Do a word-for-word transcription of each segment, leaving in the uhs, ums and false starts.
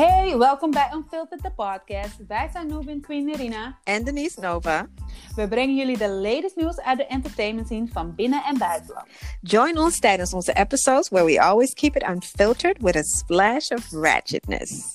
Hey, welkom bij Unfiltered, de podcast. Wij zijn Noobie en Queen Irina. En Denise Nova. We brengen jullie de latest nieuws uit de entertainment scene van binnen- en buitenland. Join ons tijdens onze episodes where we always keep it unfiltered with a splash of ratchetness.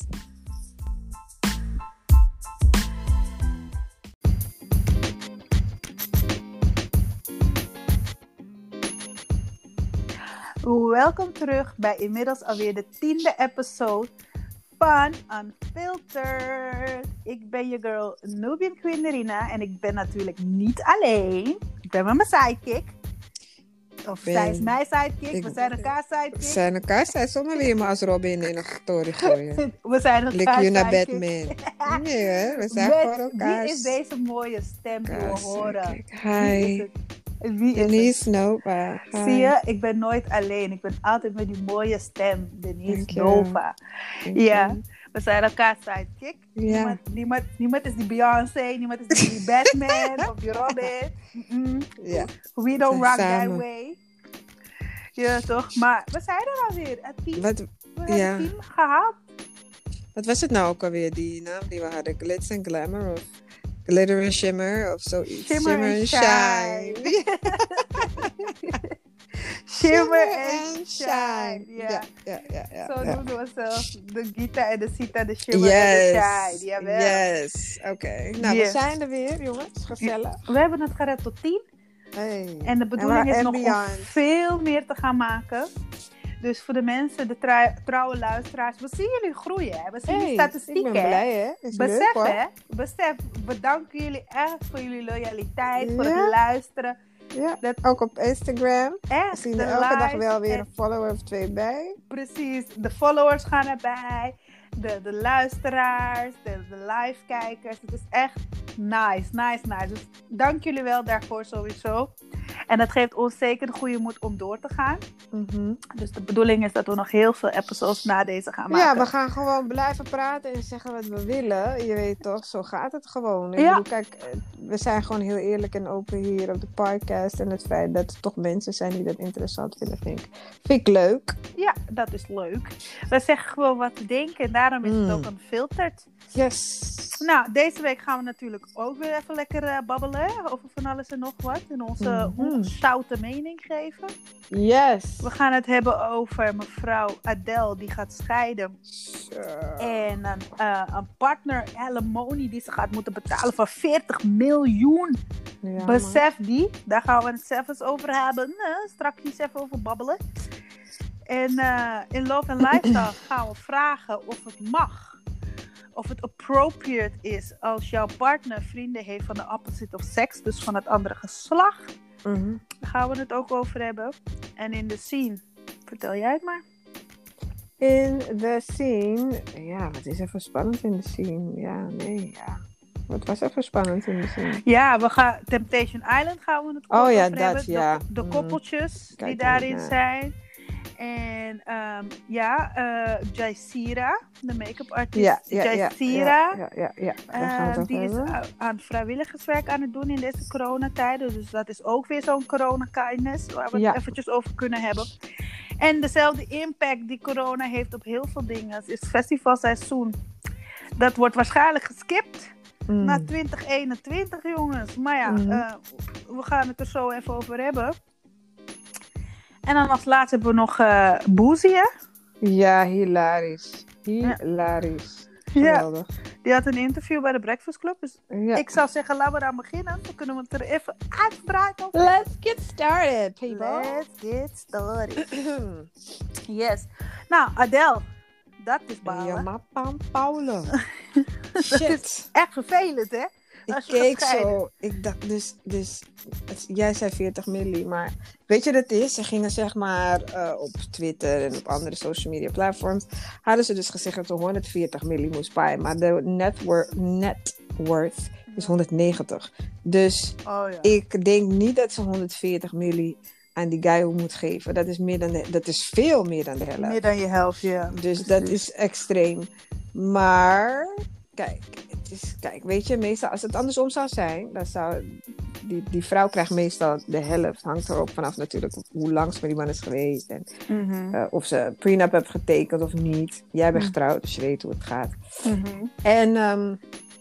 Welkom terug bij inmiddels alweer de tiende episode van Unfiltered. Ik ben je girl Noobie en Queen Irina en ik ben natuurlijk niet alleen. Ik ben met mijn sidekick. Of Ben... zij is mijn sidekick, ik... we zijn elkaar sidekick. We zijn elkaar sidekick, zomaar weer maar als Robin in een story gooien. We zijn elkaar Lik je naar sidekick. Batman. Nee hè, we zijn Met, voor elkaar. Wie is deze mooie stem die we horen? Hi. Wie is Denise Nova. Hi. Zie je, ik ben nooit alleen. Ik ben altijd met die mooie stem. Denise Nova. Ja, we zijn elkaar sidekick. Ja. Niemand, niemand, niemand is die Beyoncé, niemand is die Batman of die Robin. Mm-mm. Ja. We don't rock Samen. that way. Ja, toch? Maar we zijn er alweer. Het team, Wat, we hebben ja. het team gehaald. Wat was het nou ook alweer, die naam die we hadden? Glitz and Glamour of Glitter and Shimmer of zoiets? Shimmer, Shimmer and and Shine. Shine. Shimmer and Shine. Ja. Ja, ja, ja, ja, Zo ja. noemen we zelf de Gita en de Sita, de Shimmer Yes. en de Shine. Jawel. Yes. Oké. Okay. Nou, Yes. we zijn er weer, jongens. Gezellig. We hebben het gered tot tien. Hey. En de bedoeling En is en nog om beyond. veel meer te gaan maken. Dus voor de mensen, de trou- trouwe luisteraars, we zien jullie groeien. Hè? We zien die Hey, statistieken. ik ben hè? blij, hè? Is Besef, leuk, hoor. hè? Besef, we danken jullie echt voor jullie loyaliteit, voor Ja. het luisteren. Ja, Dat- ook op Instagram. We Echt, zien de er elke dag likes wel weer en- een follower of twee bij. Precies, de followers gaan erbij, de, de luisteraars, de, de live-kijkers. Het is echt nice, nice, nice. Dus dank jullie wel daarvoor sowieso. En dat geeft ons zeker de goede moed om door te gaan. Mm-hmm. Dus de bedoeling is dat we nog heel veel episodes na deze gaan maken. Ja, we gaan gewoon blijven praten en zeggen wat we willen. Je weet toch, zo gaat het gewoon. Ik Ja. bedoel, kijk, eh, we zijn gewoon heel eerlijk en open hier op de podcast. En het feit dat er toch mensen zijn die dat interessant vinden, vind ik, vind ik leuk. Ja, dat is leuk. We zeggen gewoon wat we denken en daarom is het Mm. ook unfiltered. Yes. Nou, deze week gaan we natuurlijk ook weer even lekker uh, babbelen over van alles en nog wat. En onze Mhm. ongezouten mening geven. Yes. We gaan het hebben over mevrouw Adele die gaat scheiden. Zo. En een, uh, een partner, alimony, die ze gaat moeten betalen van veertig miljoen. Ja, man. Besef die. Daar gaan we het zelf eens over hebben. Uh, straks even over babbelen. En uh, in Love and Lifestyle gaan we vragen of het mag. Of het appropriate is als jouw partner vrienden heeft van de opposite of sex. Dus van het andere geslacht. Mhm. Daar gaan we het ook over hebben. En in de scene, vertel jij het maar. In de scene. Ja, wat is even spannend in de scene? Ja, nee, ja. Wat was even spannend in de scene? Ja, we gaan Temptation Island gaan we het Oh over ja, hebben. dat, De- ja. De, Mm. koppeltjes Kijk die daarin uit, ja. zijn. En um, ja, uh, Jaisira, de make-up artist. Ja, ja, ja. Jaisira. Ja, ja, ja. Daar gaan we het Uh, over die is hebben. a- aan vrijwilligerswerk aan het doen in deze coronatijden. Dus dat is ook weer zo'n corona-kindness waar we het Ja. eventjes over kunnen hebben. En dezelfde impact die corona heeft op heel veel dingen is het festivalseizoen. Dat wordt waarschijnlijk geskipt Mm. naar twintig eenentwintig, jongens. Maar ja, Mhm. uh, we gaan het er zo even over hebben. En dan als laatste hebben we nog uh, Boosie, hè? Ja, hilarisch. Hilarisch. Ja. Geweldig. Die had een interview bij de Breakfast Club. Dus Ja. ik zou zeggen, laten we daar beginnen. Dan kunnen we het er even uitgebreid over hebben. Let's get started, people. Let's get started. Yes. Nou, Adele. Dat is balen. Ja, maar Pam Paulo. Dat Shit. is echt vervelend, hè? Ik Als je keek gaat scheiden. zo. Ik dacht dus, dus het, jij zei veertig milli, maar weet je wat het is? Ze gingen zeg maar uh, op Twitter en op andere social media platforms, hadden ze dus gezegd dat ze honderdveertig milli moest paaien, maar de net, wor- net worth is honderdnegentig. Dus Oh ja. ik denk niet dat ze honderdveertig milli aan die guy moet geven. Dat is, meer dan de, dat is veel meer dan de helft. Meer dan je helft, ja. Dus dat is extreem. Maar, kijk, Dus kijk, weet je, meestal als het andersom zou zijn, dan zou die, die vrouw krijgt meestal de helft. Hangt er ook vanaf natuurlijk hoe lang ze met die man is geweest. En Mm-hmm. uh, of ze een prenup heeft getekend of niet. Jij bent Mm. getrouwd, dus je weet hoe het gaat. Mm-hmm. En, um,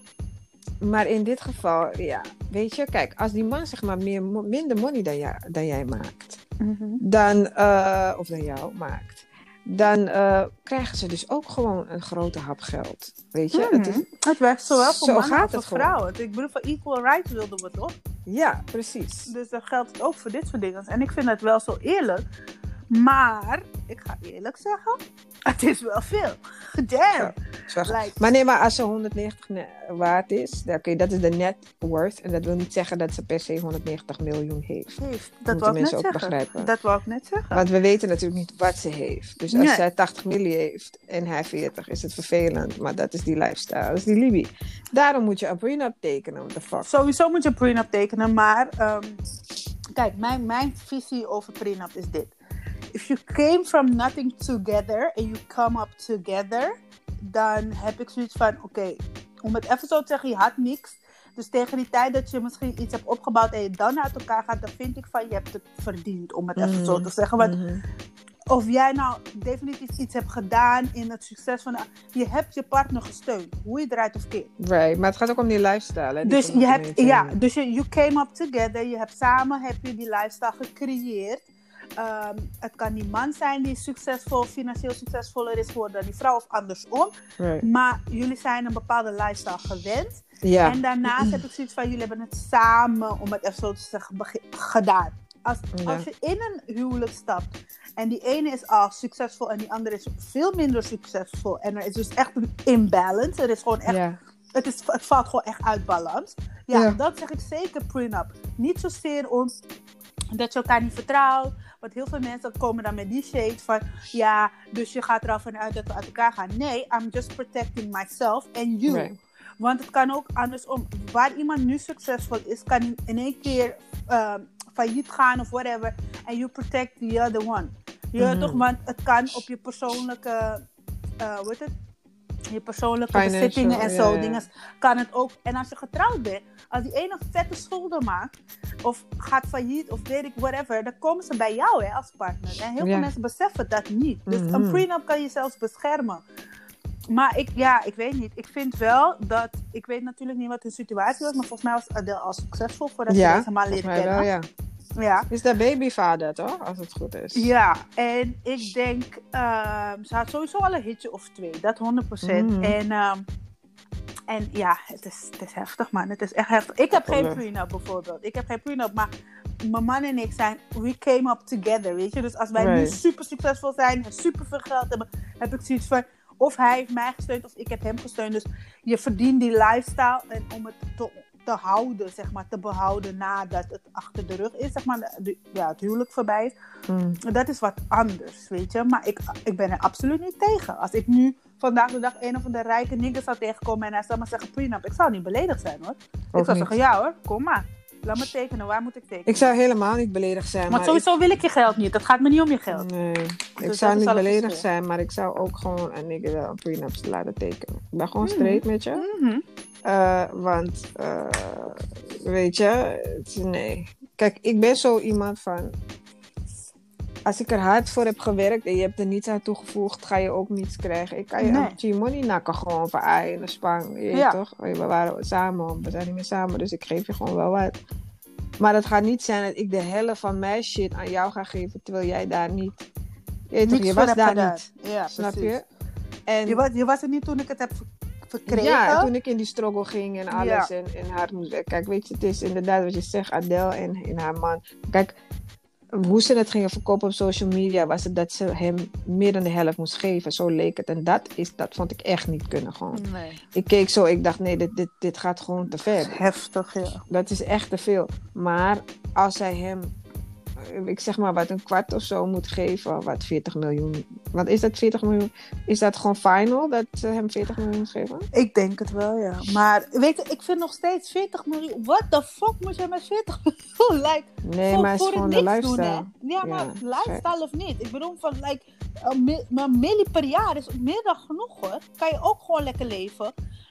maar in dit geval, ja, weet je, kijk, als die man zeg maar meer, minder money dan, jij, dan jij maakt, Mm-hmm. dan, uh, of dan jou maakt, dan uh, krijgen ze dus ook gewoon een grote hap geld. Weet je? Mm-hmm. Het, is, het werkt zowel voor zo mannen als het voor vrouwen. Ik bedoel, voor equal rights wilden we toch? Ja, precies. Dus dan geldt het ook voor dit soort dingen. En ik vind het wel zo eerlijk. Maar, ik ga eerlijk zeggen, het is wel veel. Damn. Ja, like, maar nee, maar als ze honderdnegentig ne- waard is, dan, okay, dat is de net worth. En dat wil niet zeggen dat ze per se honderdnegentig miljoen heeft. heeft. Dat wou ik net zeggen. Begrijpen. Dat wou ik net zeggen. Want we weten natuurlijk niet wat ze heeft. Dus als nee. zij tachtig miljoen heeft en hij veertig, is het vervelend. Maar dat is die lifestyle, dat is die Libby. Daarom moet je een prenup tekenen. What the fuck? Sowieso moet je een prenup tekenen, maar um, kijk, mijn, mijn visie over prenup is dit. If you came from nothing together and you come up together, dan heb ik zoiets van, oké, okay, om het even zo te zeggen, je had niks. Dus tegen die tijd dat je misschien iets hebt opgebouwd en je dan uit elkaar gaat, dan vind ik van, je hebt het verdiend, om het mm-hmm. even zo te zeggen. Want mm-hmm. of jij nou definitief iets hebt gedaan in het succes van, je hebt je partner gesteund, hoe je eruit of keert. Right, maar het gaat ook om die lifestyle. Hè? Die dus je hebt, ja, dus je you came up together, je hebt samen heb je die lifestyle gecreëerd. Um, het kan die man zijn die succesvol, financieel succesvoller is geworden dan die vrouw of andersom. Right. Maar jullie zijn een bepaalde lifestyle gewend. Ja. En daarnaast heb ik zoiets van, jullie hebben het samen, om het even zo te zeggen, beg- gedaan. Als, ja. als je in een huwelijk stapt en die ene is al succesvol en die andere is veel minder succesvol. En er is dus echt een imbalance. Er is gewoon echt... Ja. Het, is, het valt gewoon echt uit balans. Ja, ja, dat zeg ik zeker prenup. Niet zozeer om dat je elkaar niet vertrouwt. Want heel veel mensen komen dan met die shade van... Ja, dus je gaat er al vanuit dat we uit elkaar gaan. Nee, I'm just protecting myself and you. Right. Want het kan ook andersom. Waar iemand nu succesvol is, kan in één keer uh, failliet gaan of whatever. En you protect the other one. Je mm-hmm. toch, want het kan op je persoonlijke... Uh, hoe heet het? Je persoonlijke Financial, bezittingen en zo ja, ja. dingen kan het ook. En als je getrouwd bent, als die ene vette schulden maakt of gaat failliet of weet ik whatever, dan komen ze bij jou hè, als partner. En heel ja. veel mensen beseffen dat niet. Dus mm-hmm. een prenup kan je zelfs beschermen. Maar ik, ja, ik weet niet. Ik vind wel dat, ik weet natuurlijk niet wat hun situatie was, maar volgens mij was Adele al succesvol voordat ja, ze deze man leren kennen. Wel, ja. Ja. Is dat babyvader toch? Als het goed is. Ja, en ik denk, uh, ze had sowieso al een hitje of twee, dat honderd procent. Mm. En, uh, en ja, het is, het is heftig man, het is echt heftig. Ik heb geen prenup bijvoorbeeld, ik heb geen prenup, maar mijn man en ik zijn, we came up together, weet je. Dus als wij right. nu super succesvol zijn en super veel geld hebben, heb ik zoiets van, of hij heeft mij gesteund of ik heb hem gesteund. Dus je verdient die lifestyle en om het te te houden, zeg maar, te behouden nadat het achter de rug is, zeg maar, de, de, ja, het huwelijk voorbij is. Mm. Dat is wat anders, weet je. Maar ik, ik ben er absoluut niet tegen. Als ik nu vandaag de dag een of andere rijke nigger zou tegenkomen en hij zou maar zeggen prenup, ik zou niet beledigd zijn, hoor. Ook ik zou niet. zeggen, ja hoor, kom maar. Laat me tekenen, waar moet ik tekenen? Ik zou helemaal niet beledigd zijn. Want maar sowieso ik... wil ik je geld niet. Het gaat me niet om je geld. Nee, dus ik zou niet beledigd zijn, maar ik zou ook gewoon een nigger wel een prenup laten tekenen. Ik ben gewoon straight mm-hmm. met je. Mm-hmm. Uh, want, uh, weet je, het, nee. Kijk, ik ben zo iemand van... Als ik er hard voor heb gewerkt en je hebt er niets aan toegevoegd, ga je ook niets krijgen. Ik kan je nee. een money nakken gewoon van ai en de spang. Je ja. toch? We waren samen, we zijn niet meer samen, dus ik geef je gewoon wel wat. Maar het gaat niet zijn dat ik de helft van mijn shit aan jou ga geven, terwijl jij daar niet... Je, toch, je was daar gedaan. Niet. Ja, snap precies. je? En, je, was, je was er niet toen ik het heb verkregen? Ja, toen ik in die struggle ging en alles ja. en, en hard moest werken. Kijk, weet je, het is inderdaad wat je zegt, Adele en, en haar man. Kijk, hoe ze het gingen verkopen op social media was het dat ze hem meer dan de helft moest geven. Zo leek het. En dat, is, dat vond ik echt niet kunnen gewoon. Nee. Ik keek zo, ik dacht nee, dit, dit, dit gaat gewoon te ver. Heftig, ja. Dat is echt te veel. Maar als zij hem, ik zeg maar wat een kwart of zo moet geven, wat veertig miljoen. Wat is dat veertig miljoen? Is dat gewoon final dat ze hem veertig miljoen moet geven? Ik denk het wel, ja. Maar weet je, ik vind nog steeds veertig miljoen. What the fuck moet je met veertig miljoen? Like, nee, voor, maar het is gewoon de lifestyle. Doen, hè? Ja, maar ja, lifestyle check. Of niet? Ik bedoel van, like, een, mi- een milli per jaar is meer dan genoeg, hoor. Kan je ook gewoon lekker leven.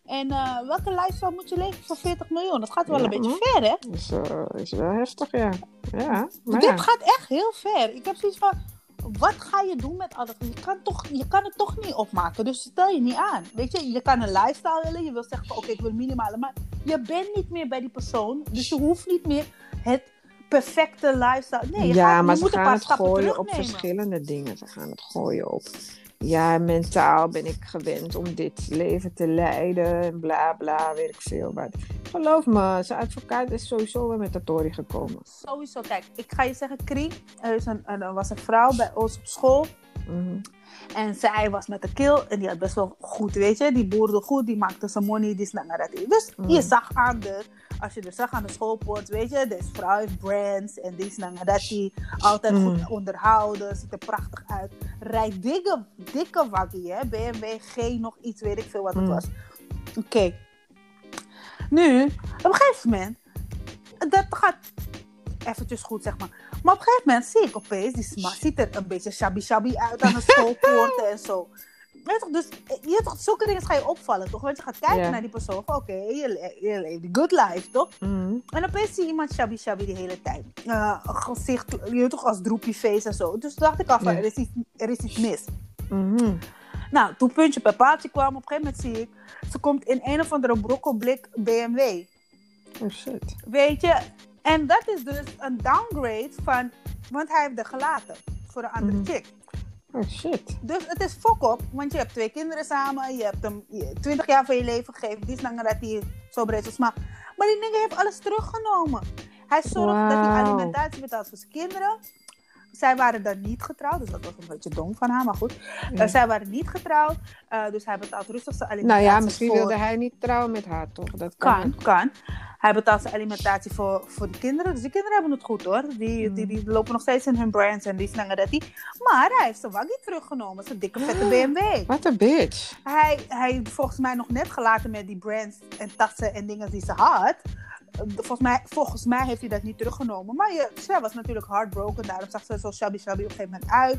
En uh, welke lifestyle moet je leven voor veertig miljoen? Dat gaat wel Ja, een beetje man. ver, hè? Dat is, uh, is wel heftig, ja. Ja, maar Dit ja. gaat echt heel ver. Ik heb zoiets van, wat ga je doen met al dat? Je kan, toch, je kan het toch niet opmaken, dus stel je niet aan. Weet je, je kan een lifestyle willen. Je wil zeggen van, oké, okay, ik wil minimale. Maar je bent niet meer bij die persoon. Dus je hoeft niet meer het perfecte lifestyle. Nee, je, ja, gaat, maar je ze moet een gaan paar het stappen gooien op terugnemen. verschillende dingen. Ze gaan het gooien op. Ja, mentaal ben ik gewend om dit leven te leiden. En bla bla, weet ik veel wat. Geloof me, zijn advocaat is sowieso wel met de Tory gekomen. Sowieso, kijk, ik ga je zeggen, Krie, er, is een, er was een vrouw bij ons op school. Mm-hmm. En zij was met de keel en die had best wel goed, weet je. Die boerde goed, die maakte zijn money, die snap dat. Dus Mm. je zag aan de, als je er zag aan de schoolpoort, weet je, deze vrouw heeft brands en die snap dat die altijd Mm. goed onderhouden, ziet er prachtig uit. Rijdt dikke, dikke waggie, hè, B M W G, nog iets, weet ik veel wat het Mm. was. Oké. Okay. Nu, op een gegeven moment, dat gaat eventjes goed, zeg maar. Maar op een gegeven moment zie ik opeens, die sma ziet er een beetje shabby-shabby uit aan de schoolpoorten en zo. Weet toch, dus je toch, zulke dingen ga je opvallen, toch? Want je gaat kijken Ja. naar die persoon van, oké, okay, je, le je leeft die good life, toch? Mm-hmm. En opeens zie je iemand shabby-shabby de hele tijd. Uh, gezicht, je weet toch, als droepie face en zo. Dus toen dacht ik al van, Ja. er, is iets, er is iets mis. Mm-hmm. Nou, toen puntje bij paaltje kwam, op een gegeven moment zie ik, ze komt in een of andere brokkelblik B M W. Oh shit. Weet je, en dat is dus een downgrade van, want hij heeft er gelaten voor een andere Mm-hmm. chick. Oh shit. Dus het is fok op, want je hebt twee kinderen samen, je hebt hem twintig jaar van je leven gegeven, die is langer dat hij zo breed is. Maar, maar die nigger heeft alles teruggenomen. Hij zorgt Wow. dat hij alimentatie betaalt voor zijn kinderen. Zij waren dan niet getrouwd, dus dat was een beetje dom van haar, maar goed. Ja. Uh, zij waren niet getrouwd, uh, dus hij betaalt rustig zijn alimentatie. Nou ja, misschien voor... wilde hij niet trouwen met haar, toch? Dat kan. Kan, kan. Hij betaalt zijn alimentatie voor, voor de kinderen. Dus die kinderen hebben het goed, hoor. Die, Mm. die, die lopen nog steeds in hun brands en die snappen dat die. Maar hij heeft zijn waggie teruggenomen, zijn dikke vette B M W. Wat een bitch. Hij, hij heeft volgens mij nog net gelaten met die brands en tassen en dingen die ze had. Volgens mij, volgens mij heeft hij dat niet teruggenomen. Maar je, zij was natuurlijk heartbroken. Daarom zag ze zo shabby-shabby op een gegeven moment uit.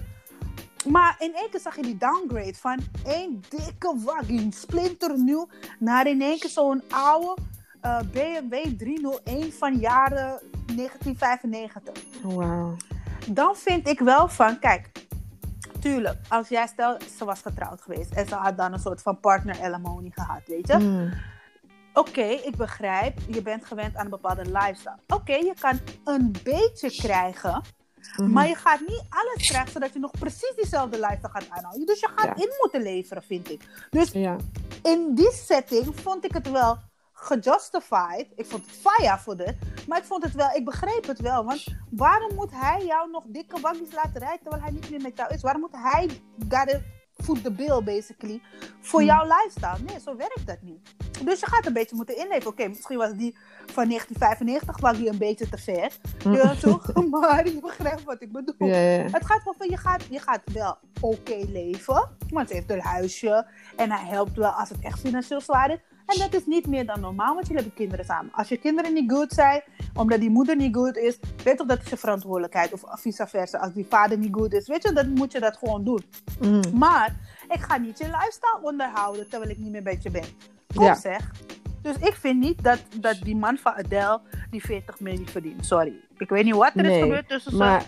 Maar in één keer zag je die downgrade van één dikke waggie, splinternieuw, naar in één keer zo'n oude uh, B M W driehonderdéén van jaren negentien vijfennegentig. Wauw. Dan vind ik wel van, kijk, tuurlijk, als jij stel, ze was getrouwd geweest en ze had dan een soort van partner-alimony gehad, weet je. Mm. Oké, okay, ik begrijp, je bent gewend aan een bepaalde lifestyle. Oké, okay, je kan een beetje krijgen, mm-hmm. maar je gaat niet alles krijgen zodat je nog precies diezelfde lifestyle gaat aanhouden. Dus je gaat ja. in moeten leveren, vind ik. Dus ja. in die setting vond ik het wel gejustified. Ik vond het fire voor dit, maar ik vond het wel, ik begreep het wel. Want waarom moet hij jou nog dikke waggies laten rijden terwijl hij niet meer met jou is? Waarom moet hij gotta foot the bill, basically, voor hmm. jouw lifestyle? Nee, zo werkt dat niet. Dus je gaat een beetje moeten inleven. Oké, okay, misschien was die van negentien vijfennegentig waggie een beetje te ver. Ja, toch? Maar je begrijpt wat ik bedoel. Ja, ja. Het gaat wel van, je gaat, je gaat wel oké okay leven, want ze heeft een huisje en hij helpt wel als het echt financieel zwaar is. En dat is niet meer dan normaal, want jullie hebben kinderen samen. Als je kinderen niet goed zijn, omdat die moeder niet goed is, weet toch dat is je verantwoordelijkheid. Of vice versa, als die vader niet goed is, weet je, dan moet je dat gewoon doen. Mm. Maar ik ga niet je lifestyle onderhouden terwijl ik niet meer met je ben. Kom ja. zeg. Dus ik vind niet dat, dat die man van Adele die veertig miljoen verdient. Sorry. Ik weet niet wat er nee, is gebeurd tussen ze. Maar,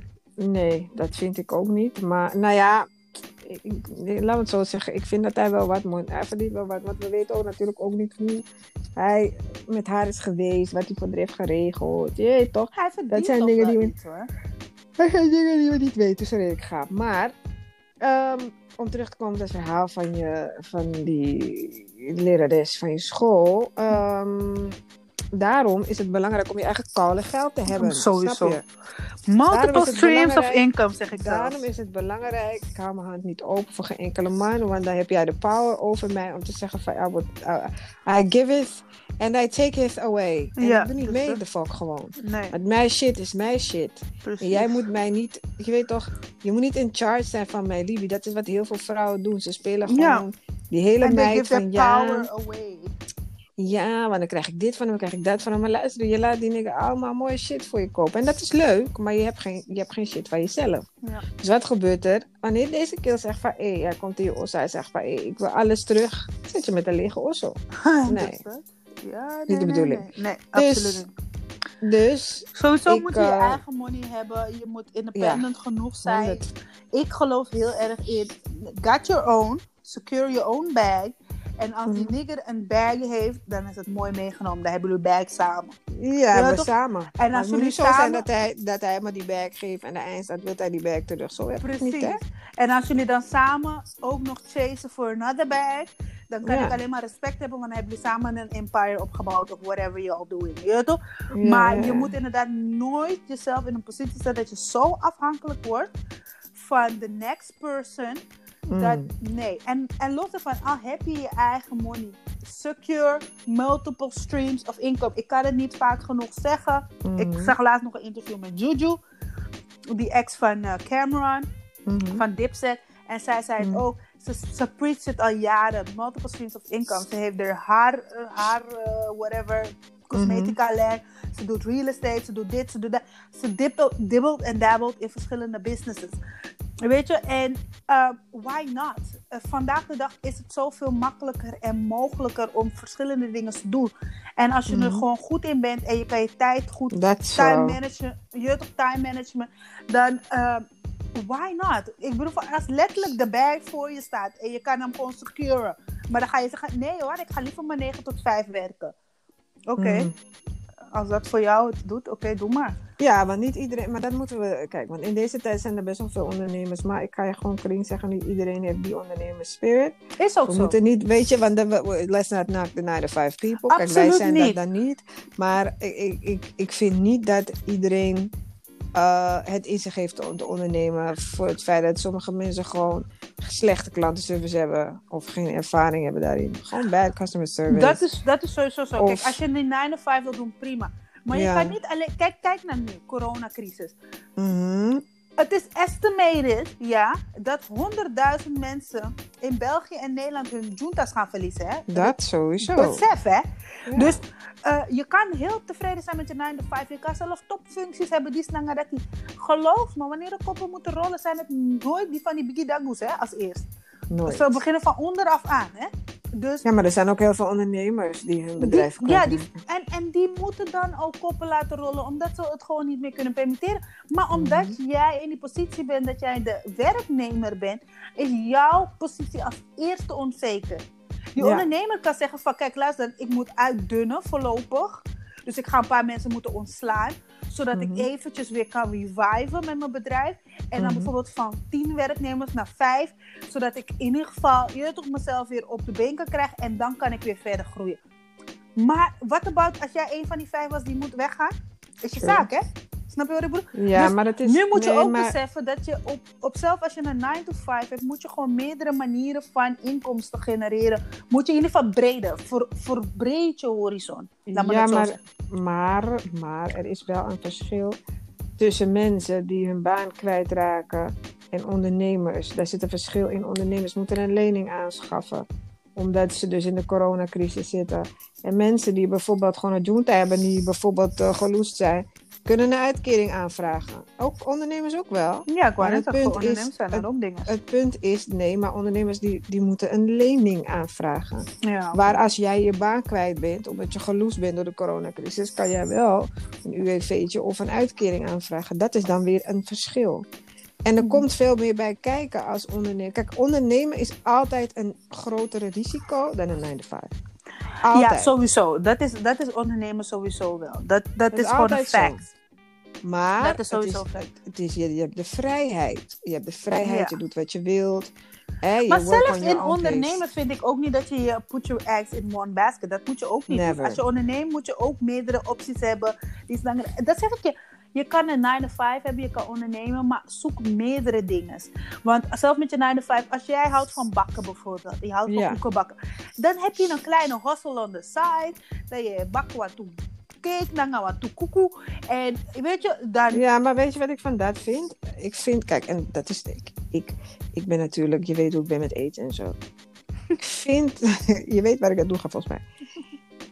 nee, dat vind ik ook niet. Maar nou ja, ik, ik, laat me het zo zeggen. Ik vind dat hij wel wat moet. Hij verdient wel wat. Want we weten ook natuurlijk ook niet hoe hij met haar is geweest. Wat hij voor haar heeft geregeld. Je weet toch? Hij verdient dat zijn dingen die we iets, hoor. Dat zijn dingen die we niet weten. Sorry, ik ga. Maar um, om terug te komen op het verhaal van, je, van die lerares van je school. Um, daarom is het belangrijk om je eigen koude geld te hebben. Sowieso. Multiple streams of income, zeg ik Daarom zelfs. is het belangrijk, ik hou mijn hand niet open voor geen enkele man, want dan heb jij de power over mij om te zeggen van, I, would, uh, I give it and I take it away. En ja, ik doe niet dus mee de fuck gewoon. Nee. Want mijn shit is mijn shit. Precies. En jij moet mij niet, je weet toch, je moet niet in charge zijn van mijn liefde. Dat is wat heel veel vrouwen doen. Ze spelen gewoon ja. die hele and meid van ja. power away. Ja, want dan krijg ik dit van hem, dan krijg ik dat van hem. Maar luister, je laat die nigger allemaal mooie shit voor je kopen. En dat is leuk, maar je hebt geen, je hebt geen shit van jezelf. Ja. Dus wat gebeurt er? Wanneer deze kill zegt van, hé, hij komt hier osso, hij zegt van, hé, ik wil alles terug. Zit je met een lege osso. Nee, Ja, nee, niet de nee, bedoeling. Nee, nee, Dus- absoluut niet. Dus, Sowieso ik, moet je je eh, eigen money hebben. Je moet independent genoeg zijn. honderd. Ik geloof heel erg in got your own, secure your own bag. En als die Mhm. nigger een bag heeft, dan is het mooi meegenomen. Dan hebben jullie bag samen. Ja, Ja, we toch? samen. En Maar als het moet jullie niet zo samen- zijn dat hij, dat hij me die bag geeft en de eindstand wil hij die bag terug. Zo heb ik het Precies. niet, hè? En als jullie dan samen ook nog chasen voor another bag, dan kan Ja. ik alleen maar respect hebben, want dan hebben jullie samen een empire opgebouwd of whatever you're all doing. Je weet toch? Ja, Maar ja, je ja. moet inderdaad nooit jezelf in een positie zetten dat je zo afhankelijk wordt van the next person. Mm. Dat, nee. En, en los ervan, al heb je je eigen money, secure multiple streams of income. Ik kan het niet vaak genoeg zeggen. Mhm. Ik zag laatst nog een interview met Juju, die ex van uh, Cameron, Mhm. van Dipset. En zij zei het Mhm. ook. Ze, ze preacht het al jaren. Multiple streams of income. Ze heeft er haar, uh, haar uh, whatever, cosmetica lijn. Ze doet real estate. Ze doet dit, ze doet dat. Ze dippelt, dibbelt en dabbelt in verschillende businesses. Weet je, en uh, why not? Uh, vandaag de dag is het zoveel makkelijker en mogelijker om verschillende dingen te doen. En als je Mhm. er gewoon goed in bent en je kan je tijd goed Dat time zo. management, je hebt toch time management, dan uh, why not? Ik bedoel, als letterlijk de bag voor je staat en je kan hem gewoon securen, maar dan ga je zeggen, nee hoor, ik ga liever maar negen tot vijf werken. Oké, Mhm. als dat voor jou het doet, oké, doe maar. Ja, want niet iedereen, maar dat moeten we, kijk, want in deze tijd zijn er best wel veel ondernemers, maar ik kan je gewoon clean zeggen, niet iedereen heeft die ondernemers spirit. Is ook We zo. moeten niet, weet je, want de, we- let's not knock the nine to five people. Kijk, wij Absoluut zijn niet. dat dan niet. Maar ik, ik, ik, ik vind niet dat iedereen uh, het in zich heeft om te ondernemen voor het feit dat sommige mensen gewoon slechte klantenservice hebben of geen ervaring hebben daarin. Gewoon bad customer service. Dat is, dat is sowieso zo. Of- Kijk, als je die nine to five wil doen, prima. Maar Ja. je kan niet alleen... Kijk, kijk naar nu, coronacrisis. Mhm. Het is estimated, ja, dat honderdduizend mensen in België en Nederland hun juntas gaan verliezen. Hè? Dat sowieso. Besef, hè? Ja. Dus uh, je kan heel tevreden zijn met je nine to five. Je kan zelf topfuncties hebben, die snanger dat die. Geloof me, wanneer de koppen moeten rollen, zijn het nooit die van die biggie dagoes, hè, als eerst. Nooit. Ze beginnen van onderaf aan, hè? Dus Ja, maar er zijn ook heel veel ondernemers die hun bedrijf Die, ja, die, kwijtraken. en, en die moeten dan ook koppen laten rollen, omdat ze het gewoon niet meer kunnen permitteren. Maar omdat Mhm. jij in die positie bent, dat jij de werknemer bent, is jouw positie als eerste onzeker. Die Ja. ondernemer kan zeggen van, kijk luister, ik moet uitdunnen voorlopig. Dus ik ga een paar mensen moeten ontslaan, zodat Mhm. ik eventjes weer kan reviven met mijn bedrijf. En dan Mhm. bijvoorbeeld van tien werknemers naar vijf, zodat ik in ieder geval je toch mezelf weer op de been kan krijgen en dan kan ik weer verder groeien. Maar wat about als jij een van die vijf was die moet weggaan? Is je True. zaak, hè? Snap je wat ik bedoel? Ja, Dus maar het is... nu moet je nee, ook maar- beseffen dat je op, op zelf als je een nine to vijf hebt, moet je gewoon meerdere manieren van inkomsten genereren. Moet je in ieder geval breder, ver, verbreed je horizon. Laat me ja, dat zo maar, zeggen. maar, maar er is wel een verschil tussen mensen die hun baan kwijtraken en ondernemers. Daar zit een verschil in. Ondernemers moeten een lening aanschaffen, omdat ze dus in de coronacrisis zitten. En mensen die bijvoorbeeld gewoon een junta hebben, die bijvoorbeeld uh, geloosd zijn, kunnen een uitkering aanvragen. Ook ondernemers ook wel. Ja, ik wou maar net het zeggen, voor punt ondernemers is- zijn er het- ook dingen. Het punt is, nee, maar ondernemers die, die moeten een lening aanvragen. Ja, Waar als jij je baan kwijt bent, omdat je geloosd bent door de coronacrisis, kan jij wel een U W V'tje of een uitkering aanvragen. Dat is dan weer een verschil. En er Mhm. komt veel meer bij kijken als ondernemer. Kijk, ondernemen is altijd een groter risico dan een nine to five. Altijd. ja, sowieso. Dat is, dat is ondernemen sowieso wel. Dat, dat is is gewoon een altijd zo. fact. Maar Dat is sowieso het is, fact. het is, je, je hebt de vrijheid. Je hebt de vrijheid, Ja. je doet wat je wilt. Hè, je Maar work zelfs on your in own ondernemen pace. vind ik ook niet dat je je put your eggs in one basket. Dat moet je ook niet Never. doen. Als je onderneemt moet je ook meerdere opties hebben. Die is langer... Dat zeg ik je. Je kan een nine to five hebben, je kan ondernemen, maar zoek meerdere dingen. Want zelf met je nine to five, als jij houdt van bakken bijvoorbeeld, je houdt van Ja. koeken bakken, dan heb je een kleine hustle on the side, dat je bakken wat toe cake, dan gaan wat toe koekoe. En weet je, dan... Ja, maar weet je wat ik van dat vind? Ik vind, kijk, en dat is, ik, ik, ik ben natuurlijk, je weet hoe ik ben met eten en zo. Ik vind, je weet waar ik dat doe ga volgens mij.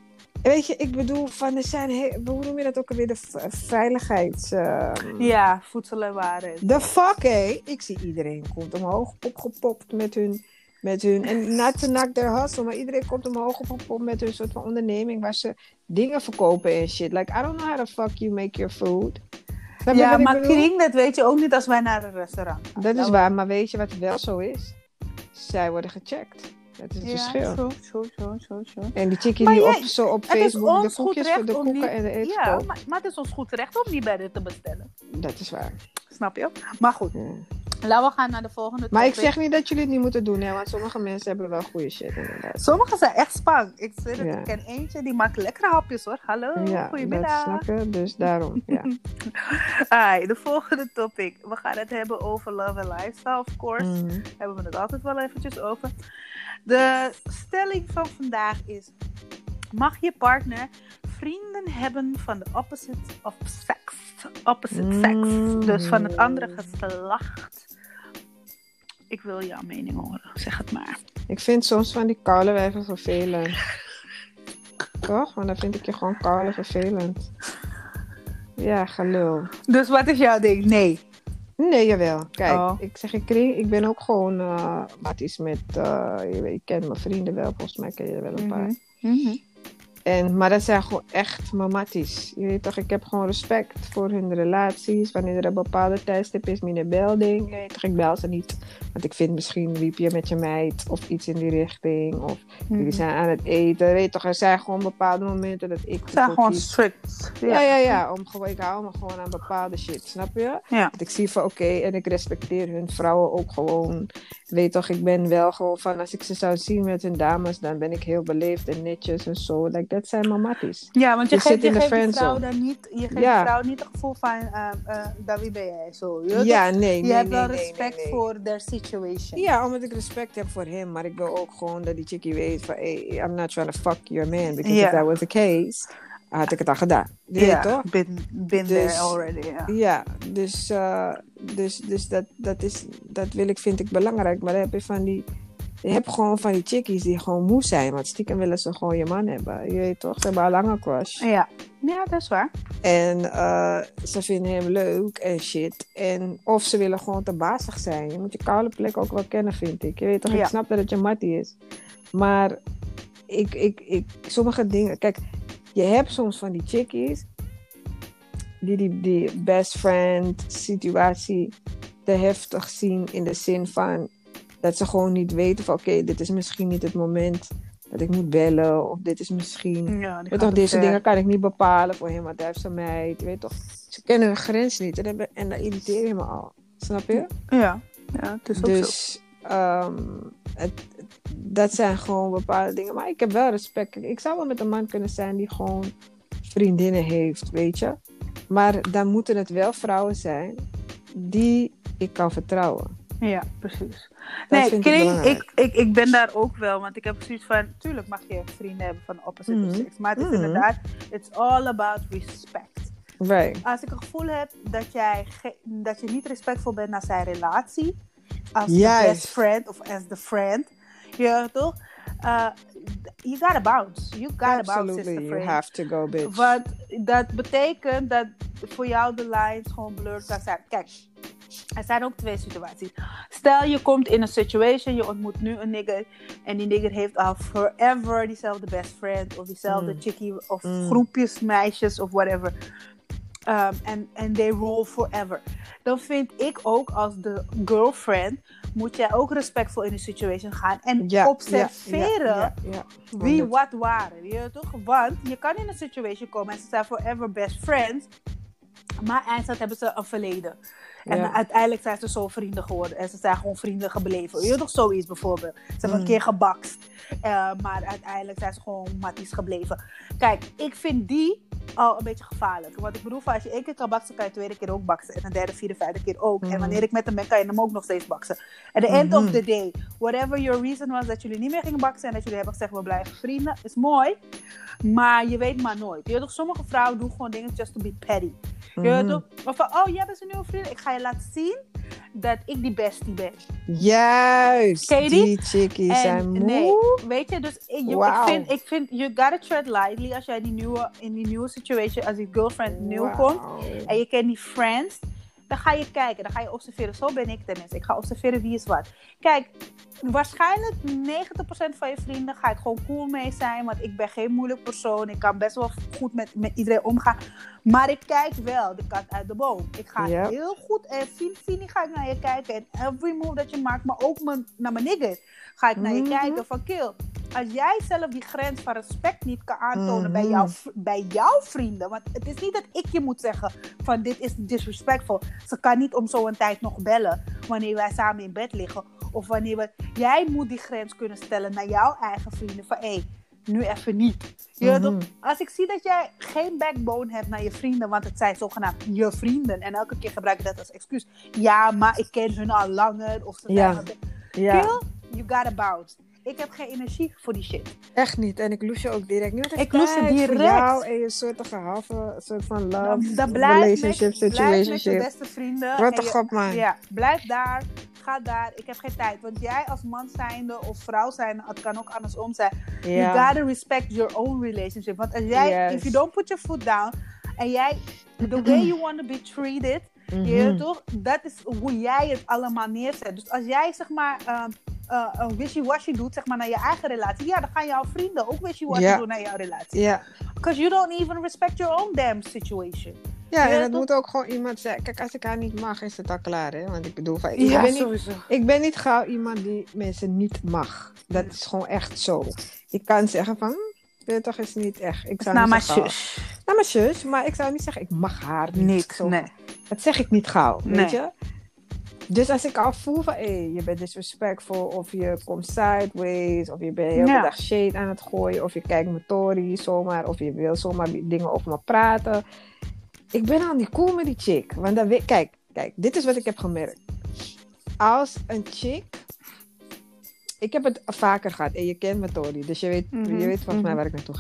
Weet je, ik bedoel, van er zijn he- hoe noem je dat ook alweer? De v- veiligheids... Uh... Ja, voedsel en waren. The fuck, hé. Ik zie iedereen komt omhoog opgepopt met hun... Met hun en not to knock their hustle, maar iedereen komt omhoog opgepopt met hun soort van onderneming waar ze dingen verkopen en shit. Like, I don't know how the fuck you make your food. Snap je Ja, wat ik maar bedoel? kring, dat weet je ook niet als wij naar een restaurant gaan. Dat is waar, maar weet je wat wel zo is? Zij worden gecheckt. Dat is het Ja, verschil. zo, zo, zo, zo, zo. En die chickie Maar die jij- op, zo op Het is Facebook de ons goed koekjes, recht de om koeken niet... en de eten Ja, verkoopt. maar, maar het is ons goed recht om niet bij dit te bestellen. Dat is waar. Snap je? Maar goed, Ja. laten we gaan naar de volgende Maar ik topic. zeg niet dat jullie het niet moeten doen, hè, want sommige mensen hebben wel goede shit inderdaad. Sommigen zijn echt spang. Ik zeg het, Ja. ik ken eentje die maakt lekkere hapjes hoor. Hallo, Ja, dat goedemiddag. snap je, dus daarom. Ja. Ai, de volgende topic. We gaan het hebben over love and lifestyle, of course. Mhm. Hebben we het altijd wel eventjes over. De stelling van vandaag is: mag je partner vrienden hebben van de opposite of sex? Opposite sex. Mm. Dus van het andere geslacht. Ik wil jouw mening horen. Zeg het maar. Ik vind soms van die koude wijven vervelend. Toch? Want dan vind ik je gewoon koude vervelend. Ja, gelul. Dus wat is jouw ding? Nee. Nee, jawel. Kijk, Oh. ik zeg, ik, kreeg, ik ben ook gewoon uh, wat is met, uh, je weet, ik ken mijn vrienden wel, volgens mij ken je er wel een paar. Mhm. En, maar dat zijn gewoon echt mamatties. Je weet toch, ik heb gewoon respect voor hun relaties. Wanneer er een bepaalde tijdstip is, mijn belding. Je weet toch, ik bel ze niet. Want ik vind misschien riep je met je meid of iets in die richting. Of Mhm. jullie zijn aan het eten. Weet toch, er zijn gewoon bepaalde momenten dat ik... Het zijn ervoor gewoon kies. strict. Ja, ja, ja. Om, gewoon, ik hou me gewoon aan bepaalde shit, snap je? Ja. Dat ik zie van oké, en ik respecteer hun vrouwen ook gewoon. Weet toch, ik ben wel gewoon van, als ik ze zou zien met hun dames, dan ben ik heel beleefd en netjes en zo. Like, dat zijn mamatties. Ja, want je Je geeft, zit je in de geeft die friendzone. vrouw dan niet, je geeft Ja. die vrouw niet het gevoel van, uh, uh, dat wie ben jij? Zo, je, Ja, nee, nee, je nee, hebt wel nee, respect nee, nee. voor their situation. Ja, omdat ik respect heb voor hem, maar ik wil ook gewoon dat die chickie weet van, hey, I'm not trying to fuck your man, because Ja. if that was the case, had ik het al gedaan. Je weet Ja, toch? been, been Dus- there already. Ja. Ja, dus, uh, dus, dus dat, dat, is, dat wil ik, vind ik belangrijk. Maar dan heb je van die, je hebt gewoon van die chickies die gewoon moe zijn. Want stiekem willen ze gewoon je man hebben. Je weet toch, ze hebben al lang een crush. Ja. Ja, dat is waar. En uh, ze vinden hem leuk en shit. En, of ze willen gewoon te bazig zijn. Je moet je koude plek ook wel kennen, vind ik. Je weet toch, Ja. ik snap dat het je mattie is. Maar ik, ik, ik, sommige dingen... Kijk, je hebt soms van die chickies die die, die best friend situatie te heftig zien in de zin van dat ze gewoon niet weten van oké, okay, dit is misschien niet het moment dat ik moet bellen of dit is misschien... Ja, die Weet gaat toch, te deze ver. dingen kan ik niet bepalen voor hem, want hij heeft zijn meid. Je weet toch, ze kennen hun grens niet en, dat- en dat irriteert je me al. Snap je? Ja, ja, het is ook zo. Dus um, het, dat zijn gewoon bepaalde dingen. Maar ik heb wel respect. Kijk, ik zou wel met een man kunnen zijn die gewoon vriendinnen heeft, weet je. Maar dan moeten het wel vrouwen zijn die ik kan vertrouwen. Ja, precies. Dat Nee, vind ik Kring, belangrijk. ik, ik, ik ben daar ook wel, want ik heb zoiets van, tuurlijk mag je vrienden hebben van opposite Mhm. of sex, maar het is Mhm. inderdaad, it's all about respect. Right. Als ik een gevoel heb dat, jij ge- dat je niet respectvol bent naar zijn relatie, als de Juist. best friend of as the friend, ja toch? Uh, you gotta bounce. You gotta bounce, Absolutely, sister you friend. have to go, bitch. Want dat betekent dat voor jou de lines gewoon blurred kan zijn. Kijk, er zijn ook twee situaties. Stel je komt in een situation, je ontmoet nu een nigger en die nigger heeft al forever diezelfde best friend of diezelfde Mm. chickie of Mm. groepjes meisjes of whatever. Um, and, and they roll forever. Dan vind ik ook als de girlfriend moet jij ook respectvol in de situation gaan en Ja, observeren ja, ja, ja. wie honderd. wat waren. Weet je toch? Want je kan in een situation komen en ze zijn forever best friends. Maar eindstand hebben ze een verleden. En Ja. uiteindelijk zijn ze zo vrienden geworden. En ze zijn gewoon vrienden gebleven. Je weet toch zoiets bijvoorbeeld. Ze hebben Mm. een keer gebakst. Uh, maar uiteindelijk zijn ze gewoon matties gebleven. Kijk, ik vind die al een beetje gevaarlijk. Want ik bedoel, van, als je één keer kan baksen, kan je tweede keer ook baksen. En een derde, vierde, vijfde keer ook. Mm. En wanneer ik met hem ben, kan je hem ook nog steeds baksen. At the end Mhm. of the day, whatever your reason was dat jullie niet meer gingen baksen. En dat jullie hebben gezegd, we blijven vrienden. Is mooi. Maar je weet maar nooit. Je weet toch, sommige vrouwen doen gewoon dingen just to be petty. Je weet Mhm. toch? Of van, oh, jij bent een nieuwe vriend. Ik ga je laten zien dat ik die bestie ben. Juist. Ken je die? Die chickies En zijn moe. nee, weet je, dus ik, je, Wauw. ik, vind, ik vind, you gotta tread lightly als jij die nieuwe, in die nieuwe situation, als die girlfriend nieuw Wauw. komt en je kent die friends, dan ga je kijken, dan ga je observeren. Zo ben ik tenminste. Ik ga observeren wie is wat. Kijk, waarschijnlijk negentig procent van je vrienden ga ik gewoon cool mee zijn, want ik ben geen moeilijk persoon. Ik kan best wel goed met, met iedereen omgaan. Maar ik kijk wel de kat uit de boom. Ik ga Yep. heel goed en fien fien ga ik naar je kijken. En every move dat je maakt, maar ook mijn, naar mijn nigger, ga ik naar je Mhm. kijken van kill. Als jij zelf die grens van respect niet kan aantonen Mhm. bij, jouw, bij jouw vrienden. Want het is niet dat ik je moet zeggen van dit is disrespectful. Ze kan niet om zo'n tijd nog bellen wanneer wij samen in bed liggen. Of wanneer we... Jij moet die grens kunnen stellen naar jouw eigen vrienden. Van hé, hey, nu even niet. Je weet Mhm. toch, als ik zie dat jij geen backbone hebt naar je vrienden, want het zijn zogenaamd je vrienden. En elke keer gebruik je dat als excuus. Ja, maar ik ken hun al langer. Of ze Ja. zijn al... Ja. Kill, you gotta bounce. Ik heb geen energie voor die shit. Echt niet. En ik loes je ook direct. Niet Ik loes je direct. Voor jou en je soort gehalve, soort van love, Dan, dan blijf relationship, met, blijf met je situationship. beste vrienden. Wat En een je- god, man. Ja, blijf daar. Ga daar. Ik heb geen tijd. Want jij als man zijnde of vrouw zijnde, het kan ook andersom zijn. You Ja. gotta respect your own relationship. Want als jij, Yes. if you don't put your foot down, en jij, the way you want to be treated, Mhm. je weet toch, dat is hoe jij het allemaal neerzet. Dus als jij zeg maar um, uh, een wishy-washy doet, zeg maar naar je eigen relatie, ja, dan gaan jouw vrienden ook wishy-washy Ja. doen naar jouw relatie. Ja. Because you don't even respect your own damn situation. Ja, Ja, en het toch? moet ook gewoon iemand zijn. Kijk, als ik haar niet mag, is het al klaar, hè? Want ik bedoel, van, ik, Ja, ben niet, sowieso. ik ben niet gauw iemand die mensen niet mag. Dat is gewoon echt zo. Ik kan zeggen van, hm, dit toch is niet echt. Ik zou Nou, niet maar zo gauw- zus. Nou, mijn zus, maar ik zou niet zeggen, ik mag haar niet. Niet, Zo. nee. Dat zeg ik niet gauw, Nee. weet je? Dus als ik al voel van, hé, je bent disrespectful, of je komt sideways, of je bent heel Ja. de dag shade aan het gooien, of je kijkt me tori zomaar, of je wil zomaar dingen over me praten. Ik ben al niet cool met die chick. Want dan weet, kijk, kijk, dit is wat ik heb gemerkt. Als een chick, ik heb het vaker gehad, en je kent me tori, dus je weet, Mhm, je weet volgens mij mhm. waar ik naartoe ga.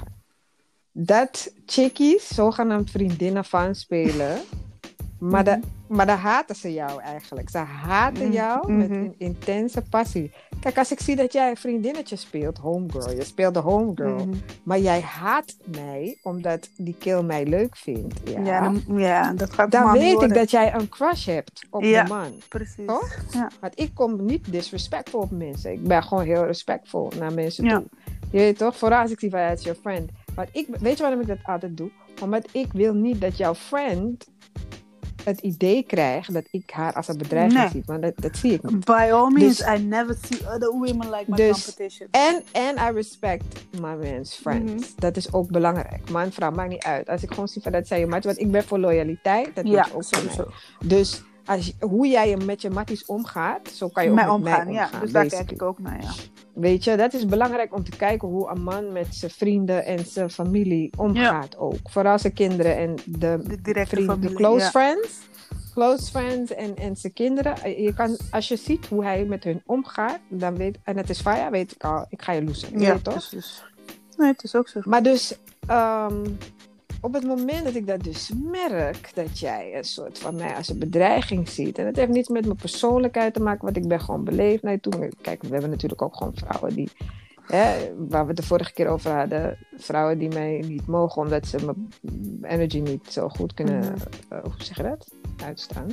Dat chickies zogenaamd vriendinnen van spelen. Maar, Mhm. de, maar dan haten ze jou eigenlijk. Ze haten Mhm, jou mhm. met een intense passie. Kijk, als ik zie dat jij een vriendinnetje speelt, homegirl. Je speelt de homegirl. Mhm. Maar jij haat mij omdat die kill mij leuk vindt. Ja, Ja, dan- ja, dat gaat dan helemaal niet weet ik worden. dat jij een crush hebt op Ja. de man. Precies. Toch? Ja. Want ik kom niet disrespectful op mensen. Ik ben gewoon heel respectvol naar mensen Ja. toe. Je weet toch? Vooral als ik zie van, ja, het is your friend. Maar ik, weet je waarom ik dat altijd doe? Omdat ik wil niet dat jouw friend het idee krijgt dat ik haar als een bedreiging Nee. zie. Want dat, dat zie ik niet. By all means, Dus- I never see other women like my Dus- competition. En, en I respect my man's friends. Mhm. Dat is ook belangrijk. Man, vrouw, maakt niet uit. Als ik gewoon zie van dat zij je match, want ik ben voor loyaliteit. Dat Ja, is ook voor mij. sowieso. Dus als je- hoe jij je met je matties omgaat, zo kan je ook Mij met omgaan, mij ja. omgaan. Dus daar basically. kijk ik ook naar, ja. Weet je, dat is belangrijk om te kijken hoe een man met zijn vrienden en zijn familie omgaat ook. Vooral zijn kinderen en de, De directe vrienden, familie, de close ja. friends. Close friends en, en zijn kinderen. Je kan, als je ziet hoe hij met hun omgaat, dan weet, en het is van ja, weet ik al, ik ga je loesen. Ja, Weet je toch? precies. Nee, het is ook zo. Maar dus, ehm, op het moment dat ik dat dus merk, dat jij een soort van mij als een bedreiging ziet. En het heeft niets met mijn persoonlijkheid te maken, want ik ben gewoon beleefd naar je toe. Kijk, we hebben natuurlijk ook gewoon vrouwen die, hè, waar we het de vorige keer over hadden. Vrouwen die mij niet mogen, omdat ze mijn energy niet zo goed kunnen, Mhm. uh, hoe zeg je dat? Uitstaan.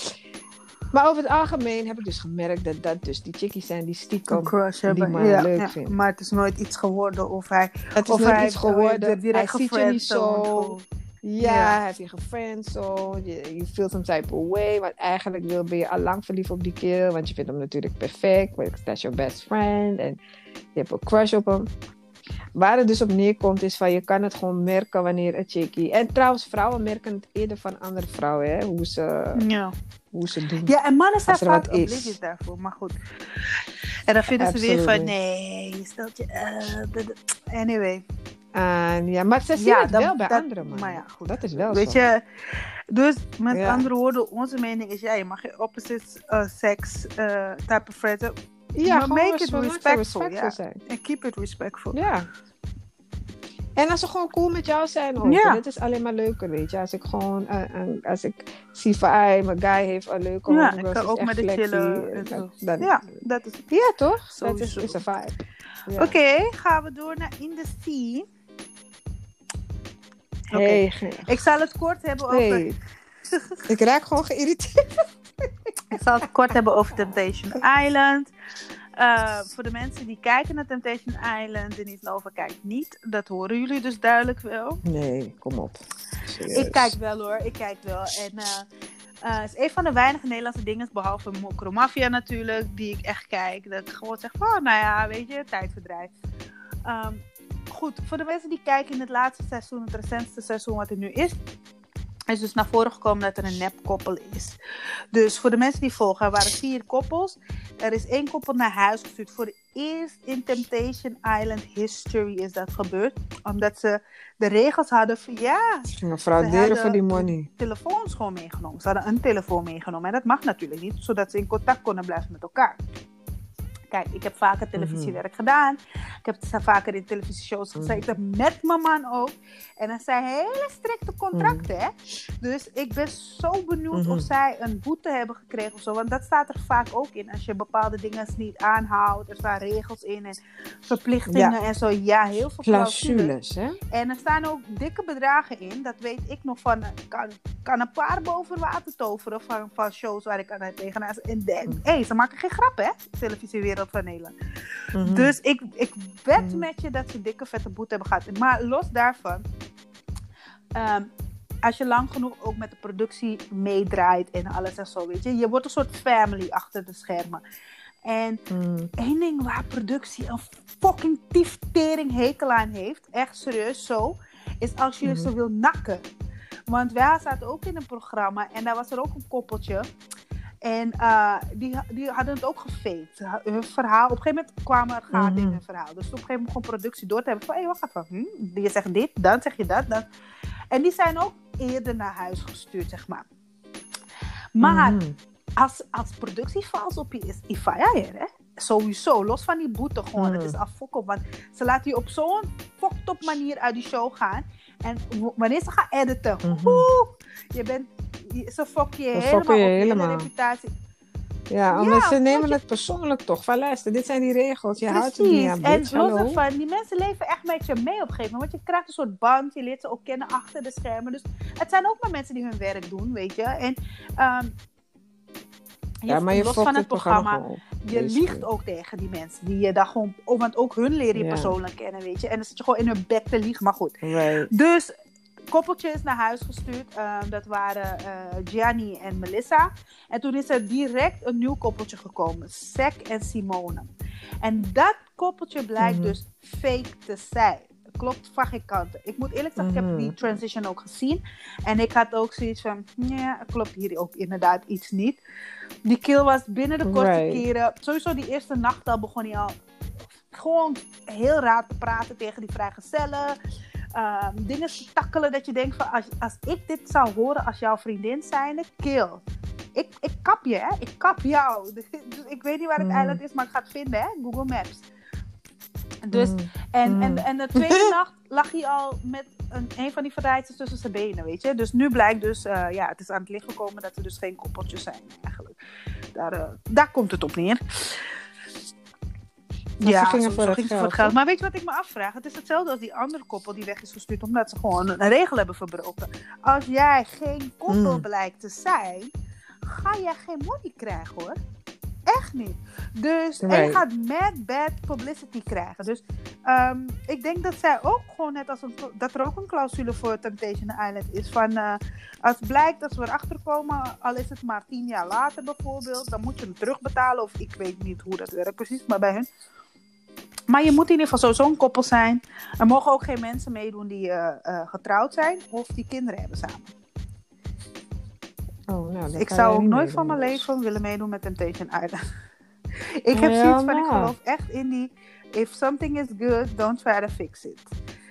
Maar over het algemeen heb ik dus gemerkt dat dat dus die chickies zijn die stiekem Een crush die hebben. man Ja, leuk ja. vindt. Maar het is nooit iets geworden of hij... Het is of nooit hij iets geworden. werd direct Hij ziet je niet zo. gefriendzoned. Ja, Ja. hij heeft je gefriendzoned. Je, je feelt some type of way. Want eigenlijk wil, ben je al lang verliefd op die kerel. Want je vindt hem natuurlijk perfect. Want dat is your best friend. En je hebt een crush op hem. Waar het dus op neerkomt is van je kan het gewoon merken wanneer een chickie... En trouwens, vrouwen merken het eerder van andere vrouwen. Hè? Hoe, ze, Ja. hoe ze doen. Ja, en mannen zijn Als er vaak wat is. oblivious daarvoor, maar goed. En dan vinden ze weer van, Absolutely. nee, je stelt je... eh, de- de- anyway. En, ja, maar ze zien Ja, het dat- wel bij dat- andere mannen. maar ja, goed. Dat is wel Weet zo. je, dus met Ja. andere woorden, onze mening is, ja, je mag geen opposite uh, sex uh, type of friends hebben. Ja, maar gewoon make it zolang ze respectful, ja. zijn. En keep it respectful. Ja. En als ze gewoon cool met jou zijn ook. Ja. Dat is alleen maar leuker, weet je. Als ik gewoon, uh, uh, als ik zie van, ai, mijn guy heeft een leuke Ja, homegirl, ik kan ze is ook echt met de flexie. chillen en Dan- zo. dan- Ja, dat is... Ja, toch? Dat is, Sowieso. is een vibe. Ja. Oké, gaan we door naar In the Sea. Oké, Hey, ge- ik zal het kort hebben over... hey. Ik raak gewoon geïrriteerd. Ik zal het kort hebben over Temptation Island. Uh, voor de mensen die kijken naar Temptation Island, Denise Nova kijkt niet. Dat horen jullie dus duidelijk wel. Nee, kom op. Serieus. Ik kijk wel hoor, ik kijk wel. En uh, uh, het is een van de weinige Nederlandse dingen, behalve Mokromafia natuurlijk, die ik echt kijk. Dat ik gewoon zeg van, oh, nou ja, weet je, tijdverdrijf. Um, goed, voor de mensen die kijken in het laatste seizoen, het recentste seizoen wat er nu is, is dus naar voren gekomen dat er een nepkoppel is. Dus voor de mensen die volgen, er waren vier koppels. Er is één koppel naar huis gestuurd. Voor het eerst in Temptation Island history is dat gebeurd. Omdat ze de regels hadden van ja, Ze gingen ze frauderen hadden voor die money. telefoons gewoon meegenomen. Ze hadden een telefoon meegenomen. En dat mag natuurlijk niet, zodat ze in contact konden blijven met elkaar. Kijk, ik heb vaker televisiewerk mm-hmm. gedaan. Ik heb vaker in televisieshows gezeten. Mm-hmm. Met mijn man ook. En dat zijn hele strikte contracten. Mm-hmm. Hè? Dus ik ben zo benieuwd mm-hmm. of zij een boete hebben gekregen of zo. Want dat staat er vaak ook in. Als je bepaalde dingen niet aanhoudt. Er staan regels in en verplichtingen ja. en zo. Ja, heel veel clausules. Hè? En er staan ook dikke bedragen in. Dat weet ik nog van. Ik kan, kan een paar boven water toveren van, van shows waar ik aan het tegenaan. En de, mm. hey, ze maken geen grap, hè? Televisiewereld van Nederland. Mm-hmm. Dus ik, ik wed mm-hmm. met je dat ze dikke vette boete hebben gehad. Maar los daarvan, um, als je lang genoeg ook met de productie meedraait en alles en zo, weet je, je wordt een soort family achter de schermen. En mm. één ding waar productie een fucking tieftering hekel aan heeft, echt serieus zo, is als je mm-hmm. ze wil nakken. Want wij zaten ook in een programma en daar was er ook een koppeltje. En uh, die, die hadden het ook gefaked. Hun verhaal, op een gegeven moment kwamen er gaten mm-hmm. in hun verhaal. Dus op een gegeven moment begon productie door te hebben. Van, hé, hey, wacht even. Hm? Je zegt dit, dan zeg je dat, dan. En die zijn ook eerder naar huis gestuurd, zeg maar. Maar mm-hmm. als, als productie vals op je is, ifaya hè? Sowieso, los van die boete gewoon. Mm-hmm. Het is affokken, want ze laten je op zo'n fucked up manier uit die show gaan. En w- wanneer ze gaan editen, mm-hmm. woe, je bent... Ze fokken je, ze helemaal fokken je op helemaal. je reputatie. Ja, omdat ja, ze nemen je... het persoonlijk toch. Van luister, dit zijn die regels. Je Precies. houdt het niet aan, bitch. En los ervan, die mensen leven echt met je mee op een gegeven moment. Want je krijgt een soort band. Je leert ze ook kennen achter de schermen. Dus het zijn ook maar mensen die hun werk doen, weet je. En um, je ja, maar je los van het, het programma, programma op, je liegt ook tegen die mensen. Die je daar gewoon, oh, want ook hun leren je ja. persoonlijk kennen, weet je. En dan zit je gewoon in hun bed te liegen. Maar goed. Right. Dus... koppeltje is naar huis gestuurd. Uh, dat waren uh, Gianni en Melissa. En toen is er direct een nieuw koppeltje gekomen. Zack en Simone. En dat koppeltje blijkt mm-hmm. dus fake te zijn. Klopt van geen kanten. Ik moet eerlijk zeggen, mm-hmm. ik heb die transition ook gezien. En ik had ook zoiets van... ja, klopt hier ook inderdaad iets niet. Die kill was binnen de korte right. keren... Sowieso die eerste nacht al begon hij al... gewoon heel raar te praten tegen die vrijgezellen... Uh, dingen te takkelen dat je denkt van als, als ik dit zou horen als jouw vriendin zijnde, kill. Ik, ik kap je, hè? Ik kap jou. Dus ik weet niet waar het mm. eiland is, maar ik ga het vinden, hè? Google Maps. Dus, mm. en, mm. en, en de tweede nacht lag hij al met een, een van die verrijders tussen zijn benen, weet je. Dus nu blijkt dus, uh, ja, het is aan het licht gekomen dat er dus geen koppeltjes zijn, eigenlijk. Daar, uh, daar komt het op neer. Maar ja, ze gingen zo, voor, zo het ging geld, voor het geld. Maar weet je wat ik me afvraag? Het is hetzelfde als die andere koppel die weg is gestuurd omdat ze gewoon een regel hebben verbroken. Als jij geen koppel mm. blijkt te zijn, ga jij geen money krijgen, hoor. Echt niet. Dus nee. En je gaat mad bad publicity krijgen. Dus um, ik denk dat zij ook gewoon net als een, dat er ook een clausule voor Temptation Island is. Van uh, als blijkt dat we erachter komen, al is het maar tien jaar later bijvoorbeeld, dan moet je hem terugbetalen. Of ik weet niet hoe dat werkt precies, maar bij hun. Maar je moet in ieder geval sowieso een koppel zijn. Er mogen ook geen mensen meedoen die uh, uh, getrouwd zijn of die kinderen hebben samen. Oh, nou, ik zou ook nooit van mijn leven willen meedoen met Temptation Island. ik heb ja, zoiets van, nou. Ik geloof echt in die... If something is good, don't try to fix it.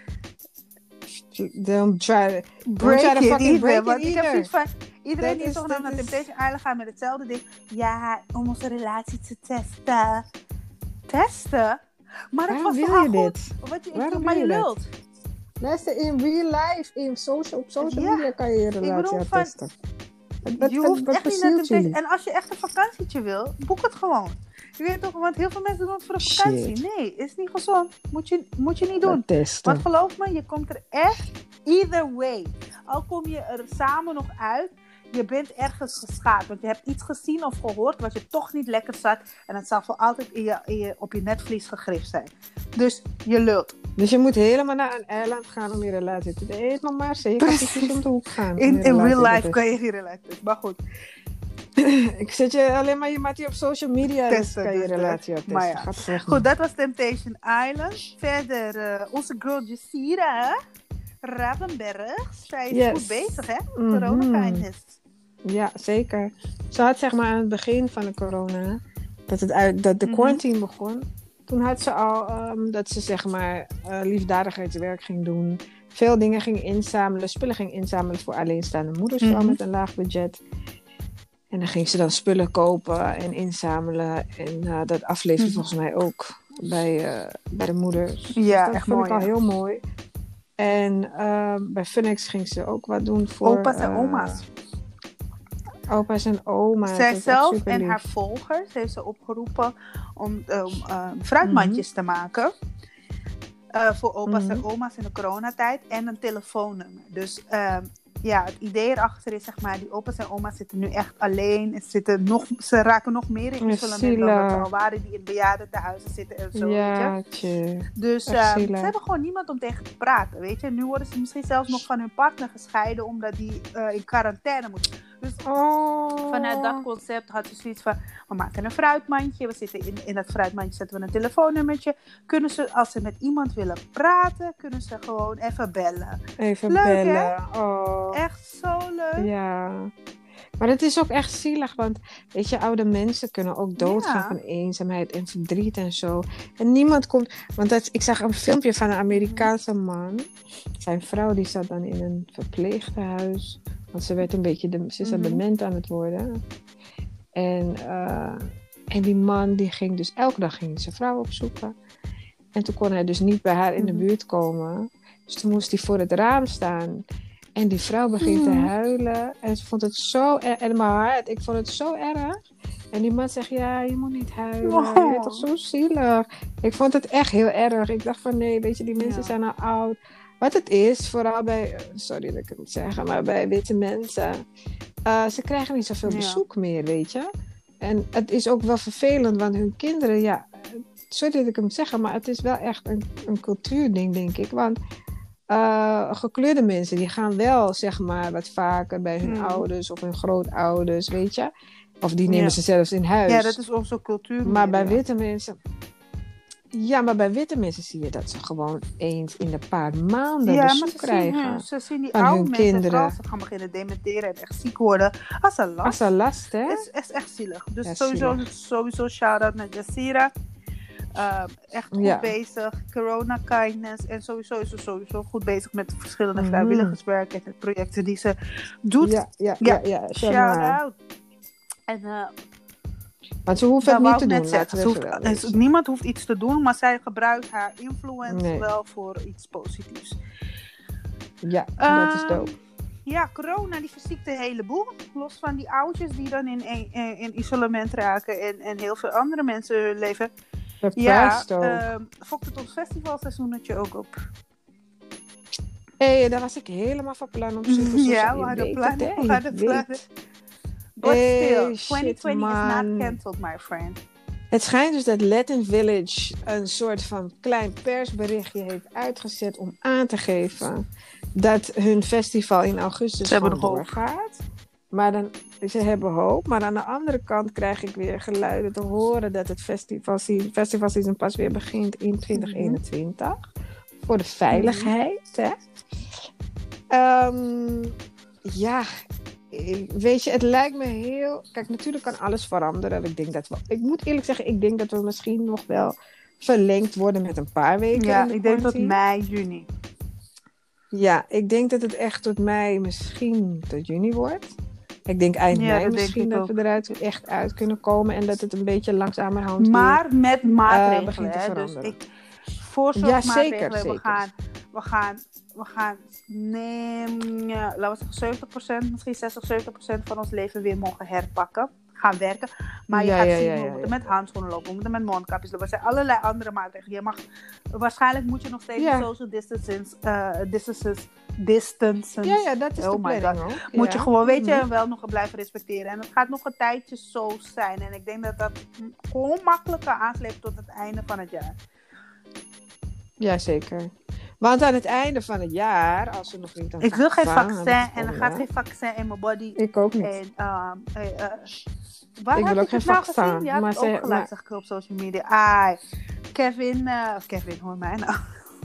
Don't try to... Break don't try to it fucking break want it ik heb zoiets van... Iedereen dat die zogenaamd naar Temptation Island gaat met hetzelfde ding. Ja, om onze relatie te testen. Testen? Maar het was toch al goed? Wat je, Waarom maar je lult. lult. Luister, in real life, in social, op social Ja, media kan je je relatie bedoel van- testen. Wat, wat, Je wat, hoeft wat echt niet bezielt naar de jullie? En als je echt een vakantietje wil, boek het gewoon. Je weet toch, want heel veel mensen doen het voor een Shit. vakantie. Nee, is niet gezond. Moet je, moet je niet doen. Wat testen. Want geloof me, je komt er echt either way. Al kom je er samen nog uit, je bent ergens geschaad. Want je hebt iets gezien of gehoord wat je toch niet lekker zat. En het zal voor altijd in je, in je, op je netvlies gegrift zijn. Dus je lult. Dus je moet helemaal naar een eiland gaan om je relatie te testen. Maar maar zeker precies om de hoek gaan. om In, je in relatie real te life testen. kan je geen relatie. Maar goed. Ik zet je alleen maar je mattie op social media. Dus Testen, kan je dus dat. relatie testen. Maar ja. Gaat terug. Goed, dat was Temptation Island. Verder eh, onze girl Jazeera Ravenberg. Zij is Yes. goed bezig, hè? Mhm. Corona-kindness. Ja, zeker. Ze had zeg maar aan het begin van de corona, dat, het uit, dat de Mhm. quarantine begon, toen had ze al ehm, dat ze zeg maar eh, liefdadigheidswerk ging doen. Veel dingen ging inzamelen, spullen ging inzamelen voor alleenstaande moeders, vooral Mhm. met een laag budget. En dan ging ze dan spullen kopen en inzamelen. En eh, dat afleverde Mhm. volgens mij ook bij, eh, bij de moeders. Ja, Dus dat echt vond mooi, ik al ja. heel mooi. En eh, bij Funix ging ze ook wat doen voor... Opa's en eh, oma's. Opa's en oma's. Zij dat is echt zelf super en lief. haar volgers heeft ze opgeroepen om um, uh, fruitmandjes te maken. Uh, voor opa's Mhm. en oma's in de coronatijd. En een telefoonnummer. Dus uh, ja, het idee erachter is, zeg maar, die opa's en oma's zitten nu echt alleen. En zitten nog, ze raken nog meer in Ja, isolement dan dat ze zielig. al waren, die in bejaardentehuizen zitten en zo, weet je. Ja, tje. Dus Echt uh, zielig. ze hebben gewoon niemand om tegen te praten, weet je. Nu worden ze misschien zelfs nog van hun partner gescheiden, omdat die uh, in quarantaine moet. Dus Oh. vanuit dat concept had ze zoiets van, we maken een fruitmandje. We zitten in, in dat fruitmandje zetten we een telefoonnummertje. Kunnen ze, als ze met iemand willen praten, kunnen ze gewoon even bellen. Even Leuk, bellen. hè? Oh. Echt zo leuk. Ja. Maar het is ook echt zielig, want weet je, oude mensen kunnen ook doodgaan Ja. van eenzaamheid en verdriet en zo. En niemand komt, want dat, ik zag een filmpje van een Amerikaanse man. Zijn vrouw die zat dan in een verpleeghuis, want ze werd een beetje, de, ze is mm-hmm. dement aan het worden. En, uh, en die man die ging dus elke dag ging zijn vrouw opzoeken. En toen kon hij dus niet bij haar in de buurt komen. Dus toen moest hij voor het raam staan. En die vrouw begint te huilen. En ze vond het zo erg. En mijn hart, ik vond het zo erg. En die man zegt, ja, je moet niet huilen. Oh. Je bent toch zo zielig. Ik vond het echt heel erg. Ik dacht van, nee, weet je, die mensen ja. zijn al oud. Wat het is, vooral bij, sorry dat ik het moet zeggen, maar bij witte mensen. Uh, ze krijgen niet zoveel ja. bezoek meer, weet je. En het is ook wel vervelend, want hun kinderen, ja, sorry dat ik het moet zeggen, maar het is wel echt een, een cultuurding, denk ik. Want uh, gekleurde mensen, die gaan wel, zeg maar, wat vaker bij hun hmm. ouders of hun grootouders, weet je. Of die nemen ja. ze zelfs in huis. Ja, dat is onze cultuur. Maar bij ja. witte mensen... Ja, maar bij witte mensen zie je dat ze gewoon eens in een paar maanden ja, bezoek maar ze krijgen. Zien hun, ze zien die van oude hun mensen, kinderen. Ze gaan beginnen dementeren en echt ziek worden. Als een last. Als een last, hè? Het is, is echt zielig. Dus ja, sowieso, zielig. sowieso shout-out naar Jazeera. Uh, echt goed ja. bezig. Corona kindness. En sowieso is ze sowieso goed bezig met verschillende mm-hmm. vrijwilligerswerk en de projecten die ze doet. Ja, ja, ja. ja, ja shout-out. En... Uh, Want ze hoeft het niet te doen. Zeggen, ze hoeft, dus niemand hoeft iets te doen, maar zij gebruikt haar influence nee. wel voor iets positiefs. Ja, uh, dat is dope. Ja, corona die verziekt een heleboel. Los van die oudjes die dan in, in, in isolement raken en, en heel veel andere mensen hun leven. Ja, uh, fokt het ons festivalseizoenetje ook op. Hé, hey, daar was ik helemaal van plan om super social. Ja, we hadden plannen. We hadden plannen. But hey, still, twinty twenty shit, is not cancelled, my friend. Het schijnt dus dat Latin Village een soort van klein persberichtje heeft uitgezet om aan te geven dat hun festival in augustus ze gewoon doorgaat. Maar dan, ze hebben hoop. Maar aan de andere kant krijg ik weer geluiden te horen dat het festival, festival season pas weer begint in twintig eenentwintig. Mm-hmm. Voor de veiligheid. Mm-hmm. Hè? Um, ja... Weet je, het lijkt me heel... Kijk, natuurlijk kan alles veranderen. Ik denk dat we... Ik moet eerlijk zeggen, ik denk dat we misschien nog wel verlengd worden met een paar weken. Ja, ik denk tot mei, juni. Ja, ik denk dat het echt tot mei, misschien tot juni wordt. Ik denk eind ja, mei misschien dat ook. we eruit echt uit kunnen komen. En dat het een beetje langzamerhand Maar weer, met maatregelen. Uh, begint te hè? veranderen. Dus ik... Voorzorgsmaatregelen. Ja, zeker, we zeker. gaan we gaan, we gaan nee, ja, laten we zeggen zeventig procent, misschien zestig, zeventig procent van ons leven weer mogen herpakken. Gaan werken. Maar je Ja, gaat ja, zien, ja, we ja, moeten ja. met handschoenen lopen, we moeten met mondkapjes lopen. Er zijn allerlei andere maatregelen. Je mag, waarschijnlijk moet je nog steeds Ja. social distancing, uh, distances, distances. Ja, ja, dat is Oh de my planning God. ook. Moet ja. je gewoon, weet je, Mhm. wel nog blijven respecteren. En het gaat nog een tijdje zo zijn. En ik denk dat dat gewoon makkelijker aansleept tot het einde van het jaar. Ja, zeker. Want aan het einde van het jaar, als we nog niet aan Ik wil geen vaccin hebben en er gevonden, gaat geen vaccin in mijn body. Ik ook niet. En, um, eh, uh, waar Ik heb wil ook ik het geen nou vaccin, gezien? Ja, maar het ook ze- gelijk, maar- zag ik op social media. Ai, Kevin, uh, Kevin, hoor mij nou.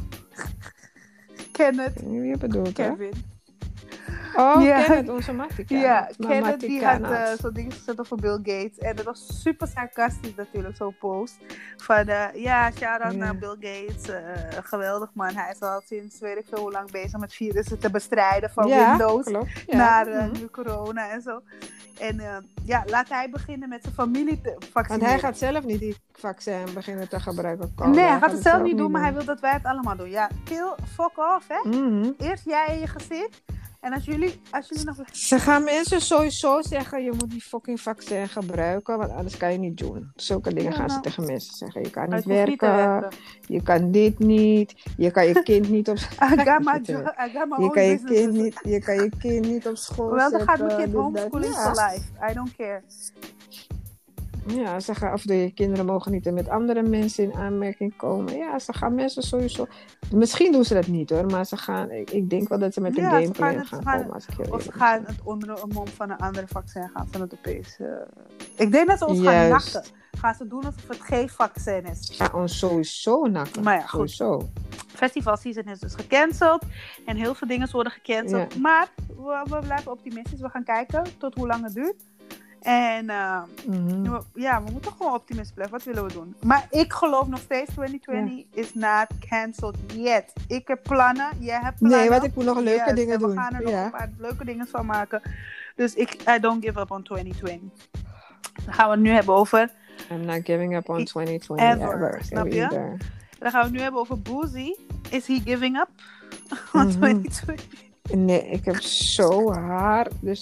Kenneth, Ik weet niet wie je bedoelt, hè? Kevin. Oh, Ja. Kenneth, onze Matika. Ja, Kenneth die had Matikana's. uh, zo'n ding gezet over Bill Gates. En dat was super sarcastisch natuurlijk, zo'n post. Van, uh, ja, shout-out Ja. naar Bill Gates. Uh, geweldig man. Hij is al sinds weet ik veel hoe lang bezig met virussen te bestrijden. Van Ja, Windows klopt. Ja. naar uh, Mhm. nu corona en zo. En uh, ja, laat hij beginnen met zijn familie te Want vaccineren. hij gaat zelf niet die vaccin beginnen te gebruiken. Carl. Nee, hij gaat het zelf niet doen, doen. maar hij wil dat wij het allemaal doen. Ja, kill, fuck off, hè. Mhm. Eerst jij en je gezin. En als jullie, als jullie nog... Ze gaan mensen sowieso zeggen, je moet die fucking vaccin gebruiken, want anders kan je niet doen. Zulke dingen Ja, gaan ze nou. tegen mensen zeggen. Je kan Ik niet hoef niet te werken, werken. je kan dit niet, je kan je kind niet op I got my, je jo- I got my je own kan je business. kind niet, je kan je kind niet op school Wel, dan zetten. gaat mijn kind dit, dat. homeschooling Ja. for life. I don't care. Ja, ze gaan, of de kinderen mogen niet met andere mensen in aanmerking komen. Ja, ze gaan mensen sowieso... Misschien doen ze dat niet hoor, maar ze gaan... Ik, ik denk wel dat ze met een Ja, ze gameplan gaan gaan, het- ze gaan- komen. Als ik heel Of ze eerlijk gaan ben. het onder een mom van een andere vaccin gaan ze het opeens... uh, Ik denk dat ze ons gaan Juist. nakken. Gaan ze doen alsof het geen vaccin is. Ze gaan ons sowieso nakken. Maar ja, goed. Sowieso. Festival season is dus gecanceld. En heel veel dingen worden gecanceld. Ja. Maar we, we blijven optimistisch. We gaan kijken tot hoe lang het duurt. En uh, Mhm. we- ja, we moeten gewoon optimistisch blijven. Wat willen we doen? Maar ik geloof nog steeds twintig twintig is not cancelled yet. Ik heb plannen. Jij hebt plannen. Nee, want ik moet nog leuke Yes, dingen en we doen. gaan er nog Ja. een paar leuke dingen van maken. Dus ik I don't give up on twintig twintig. Dan gaan we het nu hebben over... I'm not giving up on twenty twenty Ever, ever. snap je? Either. Dan gaan we het nu hebben over Boozy. Is he giving up on Mhm. twintig twintig? Nee, ik heb zo haar. Dus,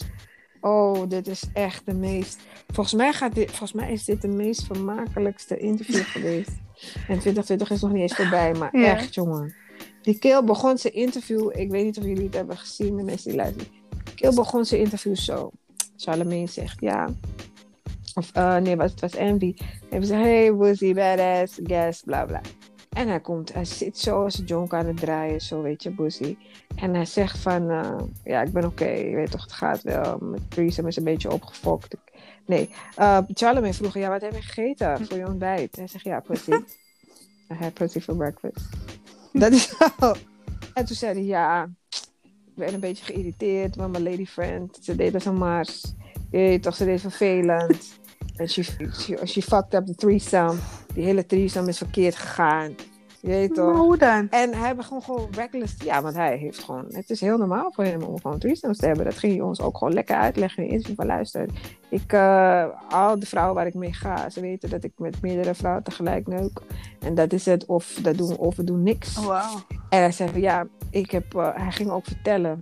oh, dit is echt de meest... Volgens mij, gaat dit, volgens mij is dit de meest vermakelijkste interview geweest. En twintig twintig is nog niet eens voorbij, maar Ja. echt, jongen. Die Keel begon zijn interview... Ik weet niet of jullie het hebben gezien, de mensen die luisteren. Keel begon zijn interview zo. Charlemagne zegt, ja... Of, uh, nee, het was Envy. Hij zei, hey, Woozy, badass, guest, bla bla. En hij komt, hij zit zo als een jonk aan het draaien, zo weet je, Boozy. En hij zegt van, uh, ja, ik ben oké, okay, je weet toch, het gaat wel. Met Threesome is een beetje opgefokt. Nee, uh, Charlemagne vroeg, ja, wat heb je gegeten voor je ontbijt? Hij zegt, ja, pussy. I had pussy for breakfast. Dat is zo. En toen zei hij, ja, ik ben een beetje geïrriteerd, want mijn lady friend, ze deed als een mars. Je weet toch, ze deed vervelend. En she, she, she fucked up the threesome. Die hele threesome is verkeerd gegaan. Je weet Maar toch. hoe dan? En hij begon gewoon reckless. Ja, want hij heeft gewoon... Het is heel normaal voor hem om gewoon threesomes te hebben. Dat ging hij ons ook gewoon lekker uitleggen in de interview van luister. Ik, uh, al de vrouwen waar ik mee ga, ze weten dat ik met meerdere vrouwen tegelijk neuk. En dat is het. Of, dat doen, of we doen niks. Oh, wow. En hij zei van ja, ik heb... Uh, hij ging ook vertellen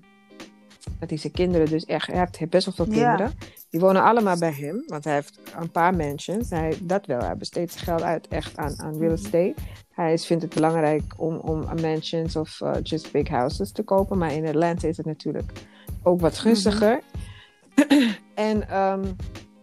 dat hij zijn kinderen dus echt... Hij heeft best wel veel kinderen. Ja. Die wonen allemaal bij hem. Want hij heeft een paar mansions. Hij, dat wel. Hij besteedt zijn geld uit echt aan, aan real estate. Hij is, vindt het belangrijk om, om mansions of uh, just big houses te kopen. Maar in Atlanta is het natuurlijk ook wat gunstiger. Mm-hmm. en um,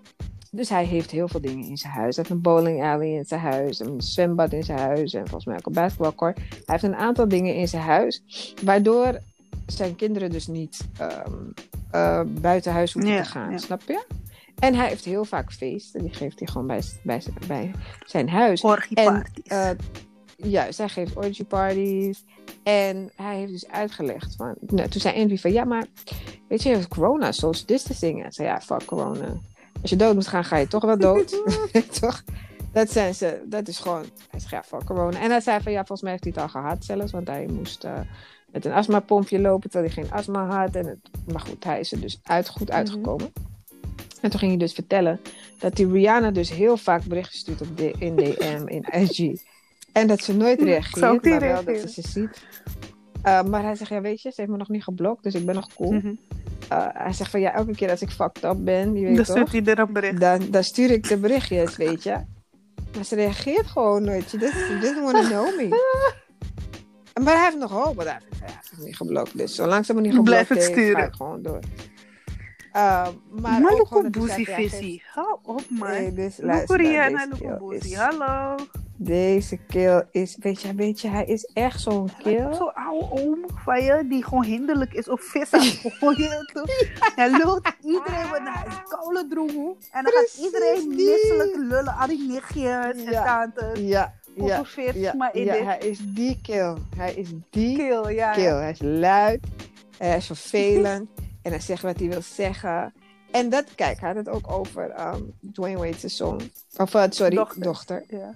dus hij heeft heel veel dingen in zijn huis. Hij heeft een bowling alley in zijn huis. Een zwembad in zijn huis. En volgens mij ook een basketbalcourt. Hij heeft een aantal dingen in zijn huis. Waardoor zijn kinderen dus niet um, uh, buiten huis hoeven ja, te gaan. Ja. Snap je? En hij heeft heel vaak feesten. Die geeft hij gewoon bij, bij, bij zijn huis. Orgieparties. En, uh, juist, hij geeft orgy parties. En hij heeft dus uitgelegd van... Nou, toen zei Envy van... Ja, maar weet je, je hebt corona, social distancing. En zei ja, fuck corona. Als je dood moet gaan, ga je toch wel dood. toch? Dat zijn ze... Dat is gewoon... Hij zei ja, fuck corona. En hij zei van... Ja, volgens mij heeft hij het al gehad zelfs. Want hij moest... Uh, met een astmapompje lopen, terwijl hij geen astma had. En het, maar goed, hij is er dus uit, goed uitgekomen. Mm-hmm. En toen ging hij dus vertellen dat die Rihanna dus heel vaak berichten stuurt op de, in D M, in I G. En dat ze nooit reageert, maar wel dat ze ze ziet. Uh, maar hij zegt, ja weet je, ze heeft me nog niet geblokt, dus ik ben nog cool. Mm-hmm. Uh, hij zegt van, ja, elke keer als ik fucked up ben, je weet Dan toch? stuurt hij er een bericht. Dan, dan stuur ik de berichtjes, weet je. Maar ze reageert gewoon nooit. She doesn't, doesn't want to know me. Maar hij heeft nog hoop, want hij heeft, ja, hij heeft me niet geblokt. Dus zolang ze me niet geblokt heeft, sturen. ga ik gewoon door. Uh, maar maar ook gewoon Luko dat hij Boezie zegt, ja, Visie. Hou op, man. Nee, dus Luko luister, Rihanna, deze Luko kill Boezie. is- Hallo. Deze kill is, weet je, weet je, hij is echt zo'n kill. Zo'n oude oom van je, die gewoon hinderlijk is op vis aan het gooien. Hij lult iedereen wat naar zijn kolen droegen. En dan Precies gaat iedereen die. misselijk lullen aan die nichtjes en Ja. tantes. Ja, ja, Hoeveel vis, ja, maar in ja, dit hij is die kill. Hij is die kill, ja. kill. Hij is luid, hij is vervelend en hij zegt wat hij wil zeggen. En dat, kijk, hij had het ook over um, Dwayne Wade's zoon. Of, uh, sorry, Dochter. dochter. Ja.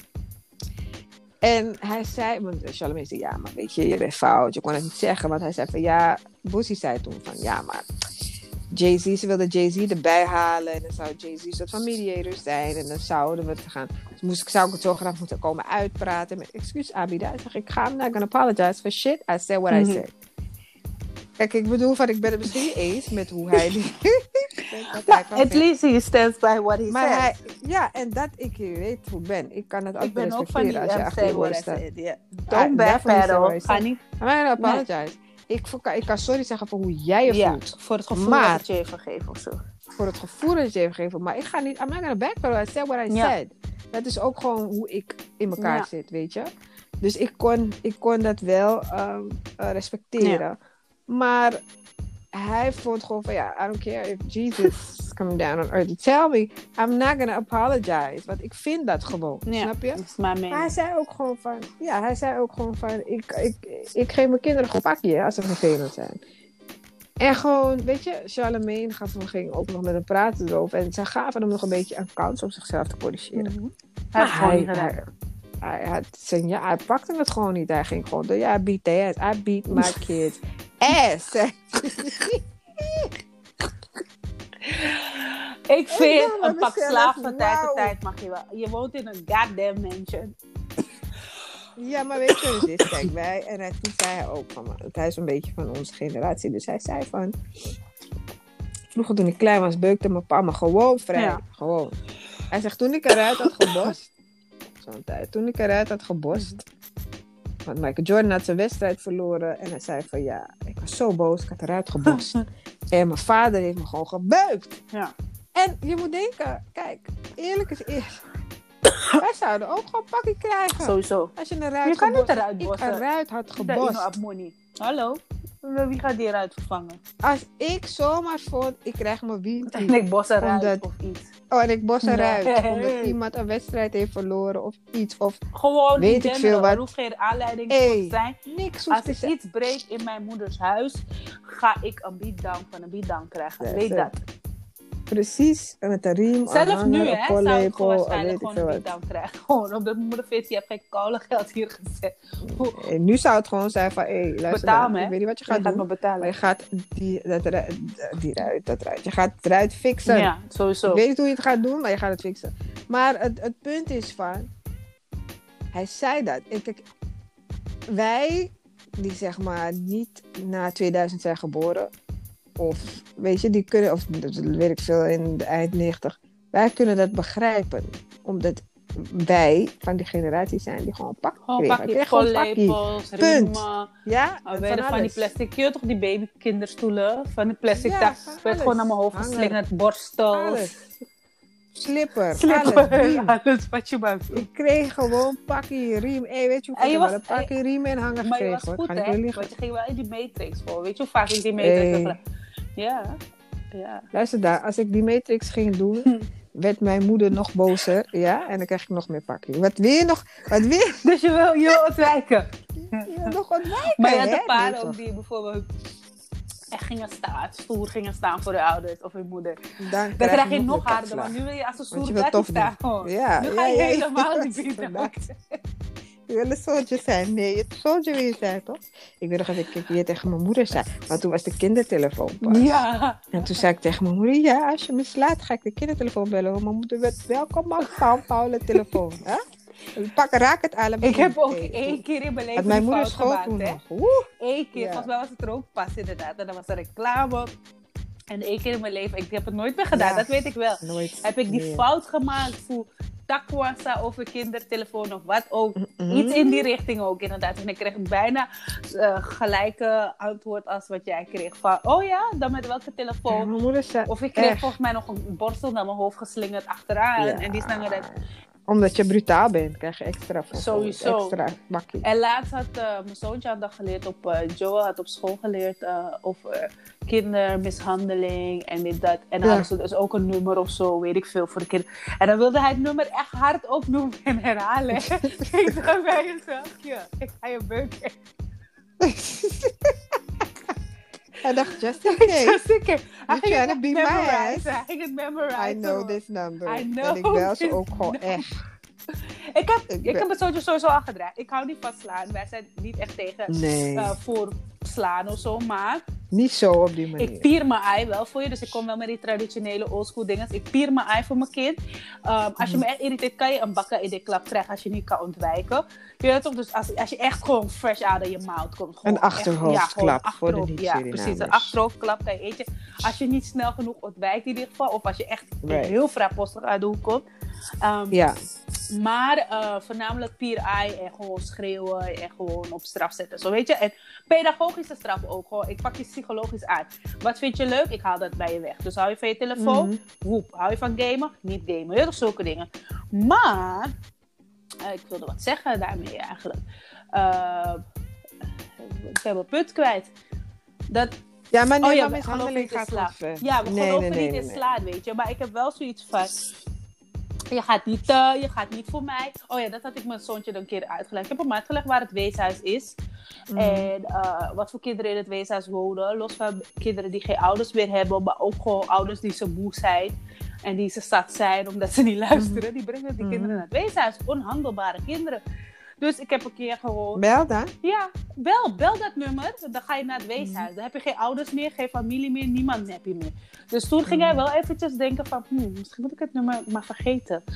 En hij zei, want Charlamagne zei, ja, maar weet je, je bent fout, je kon het niet zeggen. Want hij zei van, ja, Boosie zei toen van, ja, maar Jay-Z, ze wilde Jay-Z erbij halen. En dan zou Jay-Z een soort van mediator zijn. En dan zouden we het gaan, dus moest ik, zou ik het zo graag moeten komen uitpraten. Met, excuus Abida, ik zeg, ik ga, I'm not gonna apologize for shit. I said what Mm-hmm. I said. Kijk, ik bedoel, van, ik ben het misschien niet eens met hoe hij die... At least he stands by what he Maar says. hij, ja, en dat ik weet hoe ik ben. Ik kan het Ik altijd ben ook van die respecteren als je um, achter je say what woorden I staat. said. Yeah. I Don't definitely say what I backpedal. said. Ga niet. I'm not gonna apologize. Ik, ik kan sorry zeggen voor hoe jij je Ja, voelt. voor het gevoel Maar- dat je even geeft of zo. Voor het gevoel dat je heeft gegeven. Maar ik ga niet... I'm not gonna backpedal. I said what I Ja. said. Dat is ook gewoon hoe ik in elkaar Ja. zit, weet je. Dus ik kon, ik kon dat wel um, uh, respecteren. Maar hij vond gewoon van... Ja, I don't care if Jesus is coming down on earth to tell me. I'm not gonna apologize. Want ik vind dat gewoon. Ja, Snap je? dat is mijn Maar hij mening. zei ook gewoon van... Ja, hij zei ook gewoon van... Ik, ik, ik geef mijn kinderen een pakje als ze vervelend zijn. En gewoon, weet je... Charlamagne gaf, ging ook nog met hem praten erover. En zij gaven hem nog een beetje een kans om zichzelf te corrigeren. Mhm. Hij heeft het gewoon niet gedaan. hij, hij, had zijn, ja, hij pakte het gewoon niet. Hij ging gewoon door. Ja, I beat their ass. I beat my kids ass. Ik vind dacht bij een pak mezelf, slaaf van tijd tot wauw. tijd mag je wel. Je woont in een goddamn mansion. Ja, maar weet je wat het is? Kijk, wij... En hij, toen zei hij ook van... Want hij is een beetje van onze generatie. Dus hij zei van... Vroeger toen ik klein was, beukte mijn pa me gewoon vrij. Ja. Gewoon. Hij zegt, toen ik eruit had gebost... Zo'n tijd. Toen ik eruit had gebost... Want Michael Jordan had zijn wedstrijd verloren. En hij zei van, ja... Ik was zo boos, ik had eruit gebost. En mijn vader heeft me gewoon gebeukt. Ja. En je moet denken... Kijk, eerlijk is eerlijk. Wij zouden ook gewoon pakkie krijgen. Sowieso. Als je eruit Je kan niet gebost- eruit ik bossen. eruit had Dat is gebost. nog money. Hallo? Wie gaat die eruit vervangen? Als ik zomaar vond, ik krijg mijn wind. En ik bos eruit Omdat- of iets. Oh, en ik bos eruit. Nee. Omdat iemand een wedstrijd heeft verloren of iets. Of Gewoon Weet in ik general. veel wat. Er hoeft geen aanleiding Hey, voor te zijn. niks hoeft Als te ik zijn. iets breek in mijn moeders huis, ga ik een beatdown van een beatdown krijgen. Ja, Weet zo. dat. Precies, en met een riem, Zelfs een nu, hanger, een hè, zou ik pollepel, gewoon en waarschijnlijk weet ik gewoon veel een wat. beatdown krijgen. Gewoon omdat mijn moeder vindt, je hebt geen koude geld hier gezet. En nu zou het gewoon zijn van, hé, hey, luister Betaal dan, me, ik hè. weet niet wat je Je gaat gaat doen. me betalen. Maar je gaat die, dat, eruit- die ruit, dat ruit. Je gaat het eruit fixen. Ja, sowieso. Ik weet niet hoe je het gaat doen, maar je gaat het fixen. Maar het, het punt is van... Hij zei dat. Ik, kijk, wij, die zeg maar niet na tweeduizend zijn geboren... Of, weet je, die kunnen... Of, dat weet ik veel, in de eind negentig. Wij kunnen dat begrijpen. Omdat wij van die generatie zijn die gewoon pak Gewoon kregen. pak We je kregen gewoon pakkie. pollepels, Punt. riemen. Ja, Oh, van werden van die alles. plastic, je weet toch die babykinderstoelen? Van die plastic, Ja, daar van werd alles. gewoon naar mijn hoofd Hanger. geslingerd, borstels, Alles. Slipper, slipper, alles. Riem. alles wat je maar Ik kreeg gewoon pakkie riem. Hé, weet je hoe En je ik heb was- wel een pakkie riem en hanger Maar je gekregen was hoor. goed, Ga ik hè? weer liggen. Want je ging wel in die Matrix voor. Weet je hoe vaak ik die Matrix Hey. heb gedaan? Ja, ja. Luister daar, als ik die matrix ging doen, werd mijn moeder nog bozer. Ja, en dan kreeg ik nog meer pakkie. Wat wil je nog? Wat wil je? Dus je wil, je wil ontwijken. Ja, nog ontwijken, Maar je had hè? een paar Nee, ook toch? die bijvoorbeeld echt gingen staan, stoer gingen staan voor de ouders of hun moeder. Dan, Dan krijg je meer nog harder, pakslag. want nu wil je als een Want je stoer wil daddy tof doen. staan. Gewoon. Ja, Nu ja, ga je ja, ja. helemaal niet bieden. Inderdaad. Je wil een soldier zijn. Nee, je soldier wil je zijn, toch? Ik weet nog dat ik hier tegen mijn moeder zei. Want toen was de kindertelefoon pas. Ja. En toen zei ik tegen mijn moeder, ja, als je me slaat, ga ik de kindertelefoon bellen. Want mijn moeder werd welkom op Paul Paul telefoon. Hè? Pak, raak het allemaal. Ik heb ook Hey, één keer in mijn leven Had mijn die moeder fout school gemaakt, toen hè. nog. Oeh. Eén keer, Ja. volgens mij was het er ook pas inderdaad. En dat was een reclame. En één keer in mijn leven, ik heb het nooit meer gedaan, Ja. dat weet ik wel. Nooit Heb ik die meer. fout gemaakt voor takwasa over kindertelefoon of wat ook. Mm-mm. Iets in die richting ook inderdaad. En ik kreeg bijna uh, gelijke antwoord als wat jij kreeg. Van, oh ja, dan met welke Ja, telefoon? mijn moeder zei Of ik kreeg echt. volgens mij nog een borstel naar mijn hoofd geslingerd achteraan. Ja. En die slangen dat... Omdat je brutaal bent, krijg je extra voor. Sowieso. Extra bakje. En laatst had uh, mijn zoontje had dat geleerd op... Uh, Joel had op school geleerd uh, over kindermishandeling en dit, dat. En dan Ja. hadden ze dus ook een nummer of zo, weet ik veel, voor de kinderen. En dan wilde hij het nummer echt hard opnoemen en herhalen. Ik dacht bij jezelf, ja, ik ga je beuken. Hij dacht, just in case. Just in case. Hij You ging trying het to be my memorizen. ass? Hij ging het memorizen. I know this number. I know en ik bel ze this ook gewoon number. echt. Ik heb, Ik ik ben- heb het sowieso, sowieso al gedraaid. Ik hou niet van slaan. Wij zijn niet echt tegen Nee, uh, voor slaan of zo. Maar niet zo op die manier. ik pier mijn ei wel voor je. Dus ik kom wel met die traditionele oldschool dingen. Ik pier mijn ei voor mijn kind. Um, als je me echt irriteert, kan je een bakken in de klap krijgen als je niet kan ontwijken. Je weet toch? Dus als, als je echt gewoon fresh out of je mouth komt. Gewoon Een achterhoofdklap echt, ja, voor de gewoon achterhoofd- Ja, niet-Surinamers. precies. Een achterhoofdklap kan je eten. Als je niet snel genoeg ontwijkt in ieder geval. Of als je echt Right. heel vrijpostig uit de hoek komt. Um, Ja, Maar uh, voornamelijk pier ei en gewoon schreeuwen en gewoon op straf zetten. Zo weet je. En pedagogische straf ook. Gewoon, ik pak je psychologisch aan. Wat vind je leuk? Ik haal dat bij je weg. Dus hou je van je telefoon? Mhm. Woep. Hou je van gamen? Niet gamen. Ja, toch zulke dingen. Maar, uh, ik wilde wat zeggen daarmee eigenlijk. Uh, ik ben mijn punt kwijt. Dat... ja maar nee, oh ja, maar we gaan over mishandeling niet in gaat slaan. nog ver. Ja, we gaan Nee, over nee, nee, niet nee, in nee. slaan, weet je. Maar ik heb wel zoiets van... Je gaat, niet, uh, je gaat niet voor mij. Oh ja, dat had ik mijn zoontje een keer uitgelegd. Ik heb hem uitgelegd waar het weeshuis is. Mm. En uh, wat voor kinderen in het weeshuis wonen. Los van kinderen die geen ouders meer hebben. Maar ook gewoon ouders die zo moe zijn. En die ze zat zijn omdat ze niet luisteren. Mm. Die brengen die Mm. kinderen naar het weeshuis. Onhandelbare kinderen. Dus ik heb een keer gewoon... Bel dan. Ja, bel, bel dat nummer. Dan ga je naar het weeshuis. Dan heb je geen ouders meer, geen familie meer, niemand heb je meer. Dus toen ging hij wel eventjes denken van, hmm, misschien moet ik het nummer maar vergeten.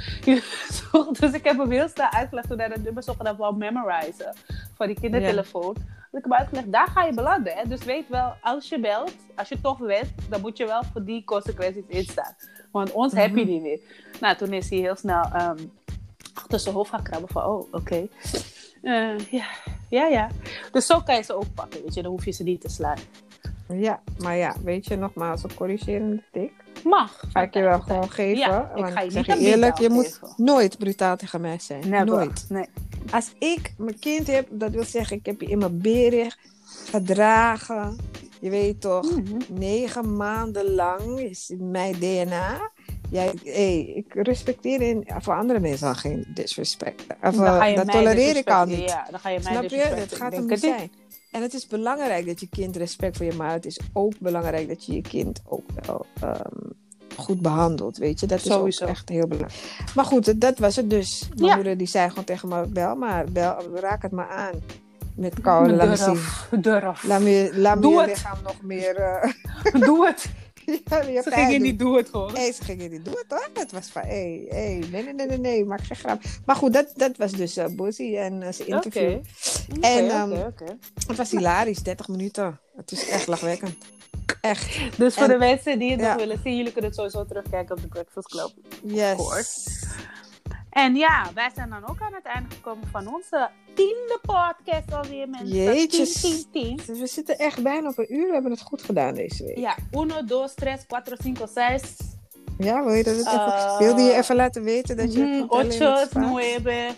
Dus ik heb hem heel snel uitgelegd toen hij dat nummer zogenaamd wou memorizen van die kindertelefoon. Dus ik heb hem uitgelegd, daar ga je belanden. Hè? Dus weet wel, als je belt, als je toch bent, dan moet je wel voor die consequenties instaan. Want ons heb je niet meer. Nou, toen is hij heel snel... Um, achter zijn hoofd gaan krabben van, oh, oké. Okay. Uh, ja, ja, ja. Dus zo kan je ze ook pakken, weet je. Dan hoef je ze niet te slaan. Ja, maar ja, weet je, nogmaals, een corrigerende tik. Mag. Ga ik je wel gewoon geven. Ja, ik want ga je ik niet zeg een je eerlijk, je beat moet geven. nooit brutaal tegen mij zijn. Never. Nooit. Nee. Als ik mijn kind heb, dat wil zeggen, ik heb je in mijn beren gedragen. Je weet toch, Mm-hmm. negen maanden lang is in mijn D N A. Jij, hey, ik respecteer in, voor andere mensen al geen disrespect. Of, Dan ga je dat mij tolereer ik al disrespecten. niet. Ja, dan ga je mij Snap je? disrespecten. Dat gaat Ik er denk niet het zijn. En het is belangrijk dat je kind respect voor je maakt. Het is ook belangrijk dat je je kind ook wel um, goed behandelt. Weet je, dat is Sowieso. ook echt heel belangrijk. Maar goed, dat was het dus. Mijn Ja. moeder die zei gewoon tegen me, bel maar, bel, raak het maar aan. Met koude, laat me zien. Durf, durf. Laat me, laat me Doe je het. lichaam nog meer... Uh, Doe het. ja, je Ze pijn gingen doen. niet, doe het gewoon. Nee, ze gingen niet doen het hoor. Het was van, hé, hey, hey, nee, nee, nee, nee, nee, maak geen grap. Maar goed, dat, dat was dus uh, Bossy en uh, zijn interview. Oké. En Oké, um, oké, oké. het was hilarisch, dertig minuten. Het is echt lachwekkend. Echt. Dus voor En- de mensen die het ja. nog willen zien, jullie kunnen het sowieso terugkijken op de Breakfast Club. Yes. course. En ja, wij zijn dan ook aan het einde gekomen van onze tiende podcast alweer, mensen. Jeetjes. tien, tien, tien. Dus we zitten echt bijna op een uur. We hebben het goed gedaan deze week. Ja, uno, dos, tres, cuatro, cinco, seis. Ja, wil je dat het even... Uh, Wilde je even laten weten dat je... Mm, het alleen ocho, met Spaans- nueve.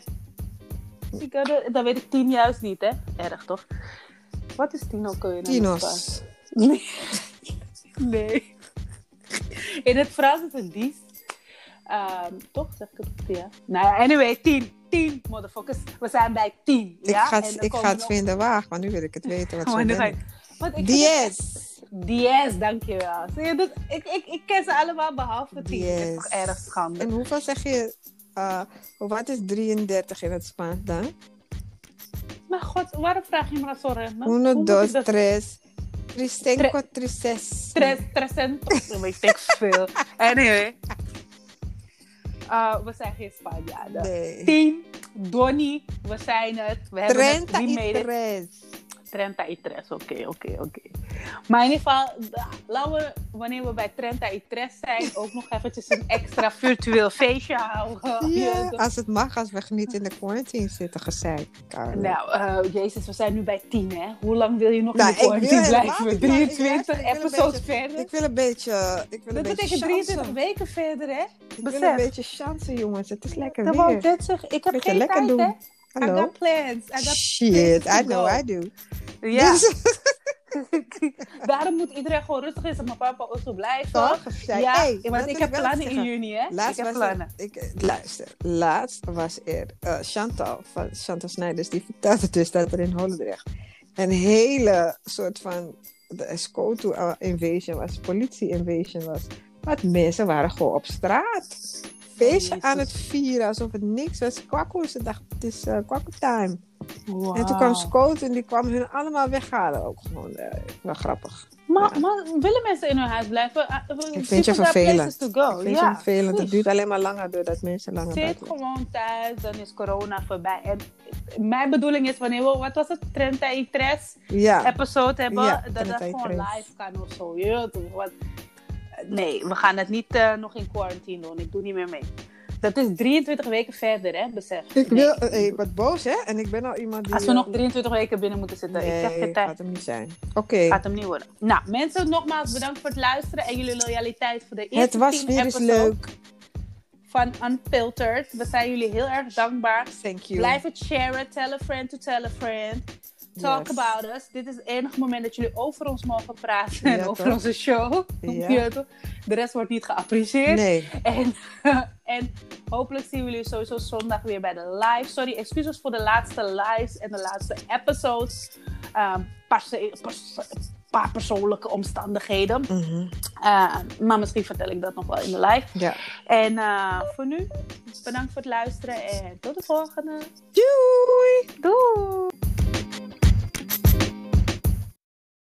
Cinco, dan weet ik tien juist niet, hè? Erg, toch? Wat is tien ook alweer? in het Spaans? Tinos. Nee. Nee. In het Frans is het dies. Um, toch? Zeg ik het goed, ja? Nou ja, anyway, tien. Tien, motherfuckers. We zijn bij tien. Ik ja? ga En het, dan ik komen ga het nog- vinden waar, maar nu wil ik het weten. Wat Oh, voor en dan ga ben je- ik. Want ik vind Diez. het- Diez, dankjewel. Zie je, dus ik, ik, ik ken ze allemaal behalve tien. Dat is Diez. toch erg schande. En hoeveel zeg je... Uh, wat is drieëndertig in het Spaans dan? Maar god, waarom vraag je me dat zo random? Hoe Uno, moet dos, ik dat- tres. Tristenco, trices. Tres, trescientos. Dat weet ik veel. Anyway. Uh, we zijn geen Spanjaarden. Nee. Tien. Donnie, we zijn het. We hebben het. treinta We y made it. tres. Trenta y tres, oké, okay, oké, okay, oké. Okay. Maar in ieder geval, laten we, wanneer we bij Trenta y tres zijn, ook nog eventjes een extra virtueel feestje houden. Ja, als het mag, als we niet in de quarantine zitten, gezeik. Nou, uh, jezus, we zijn nu bij tien, hè? Hoe lang wil je nog nou, in de quarantine blijven? Niet, drieëntwintig ik episodes verder? Ik wil een beetje... Ik wil dat een betekent drieëntwintig weken verder, hè? Ik Besef. wil een beetje chansen, jongens. Het is lekker dat weer. Ik net zeggen. Ik heb beetje geen lekker tijd, doen. hè? Hallo? I got plans. I got Shit, I know go. I do. Ja. Dus, daarom moet iedereen gewoon rustig is en mijn papa ook zo blijven. toch? Ja, hey, want ik heb plannen in juni, hè? Laatst ik heb was plannen. Er, ik, luister, laatst was er uh, Chantal van Chantal Snijders, die vertelde dus dat er in Holendrecht een hele soort van de Escoto invasion was, politie invasion was. Want mensen waren gewoon op straat. Feestje oh, aan het vieren, alsof het niks was. Kwakko, ze dacht, het is uh, kwakko time. Wow. En toen kwam Scoot en die kwam hun allemaal weghalen. Ook gewoon, uh, wel grappig. Maar, ja. maar willen mensen in hun huis blijven? Ik vind je vervelend. To go. Ik vind ja, je vervelend. precies. Het duurt alleen maar langer doordat mensen langer Zit buiten gewoon thuis, dan is corona voorbij. En mijn bedoeling is wanneer we, wat was het, Trenta y tres ja. episode hebben, Ja, dat dat treinta y gewoon tres. live kan of zo. Je weet wat. Nee, we gaan het niet uh, nog in quarantine doen. Ik doe niet meer mee. Dat is drieëntwintig weken verder, hè, besef. Ik, nee. wil, uh, ik word boos, hè? En ik ben al iemand die... Als we uh, nog drieëntwintig weken binnen moeten zitten. Nee, ik zeg je tijd. gaat hem niet zijn. Oké. Okay. Gaat hem niet worden. Nou, mensen, nogmaals bedankt voor het luisteren en jullie loyaliteit voor de eerste Het was tien weer eens episode leuk. van Unfiltered. We zijn jullie heel erg dankbaar. Thank you. Blijf het sharen. Tell a friend to tell a friend. Talk Yes. about us. Dit is het enige moment dat jullie over ons mogen praten. Ja, en over toch? onze show. Ja. Ja, toch? De rest wordt niet geapprecieerd. Nee. En, en hopelijk zien we jullie sowieso zondag weer bij de live. Sorry, excuses voor de laatste lives en de laatste episodes. Um, perse- perse- paar persoonlijke omstandigheden. Mm-hmm. Uh, maar misschien vertel ik dat nog wel in de live. Ja. En uh, voor nu, bedankt voor het luisteren en tot de volgende. Doei! Doei!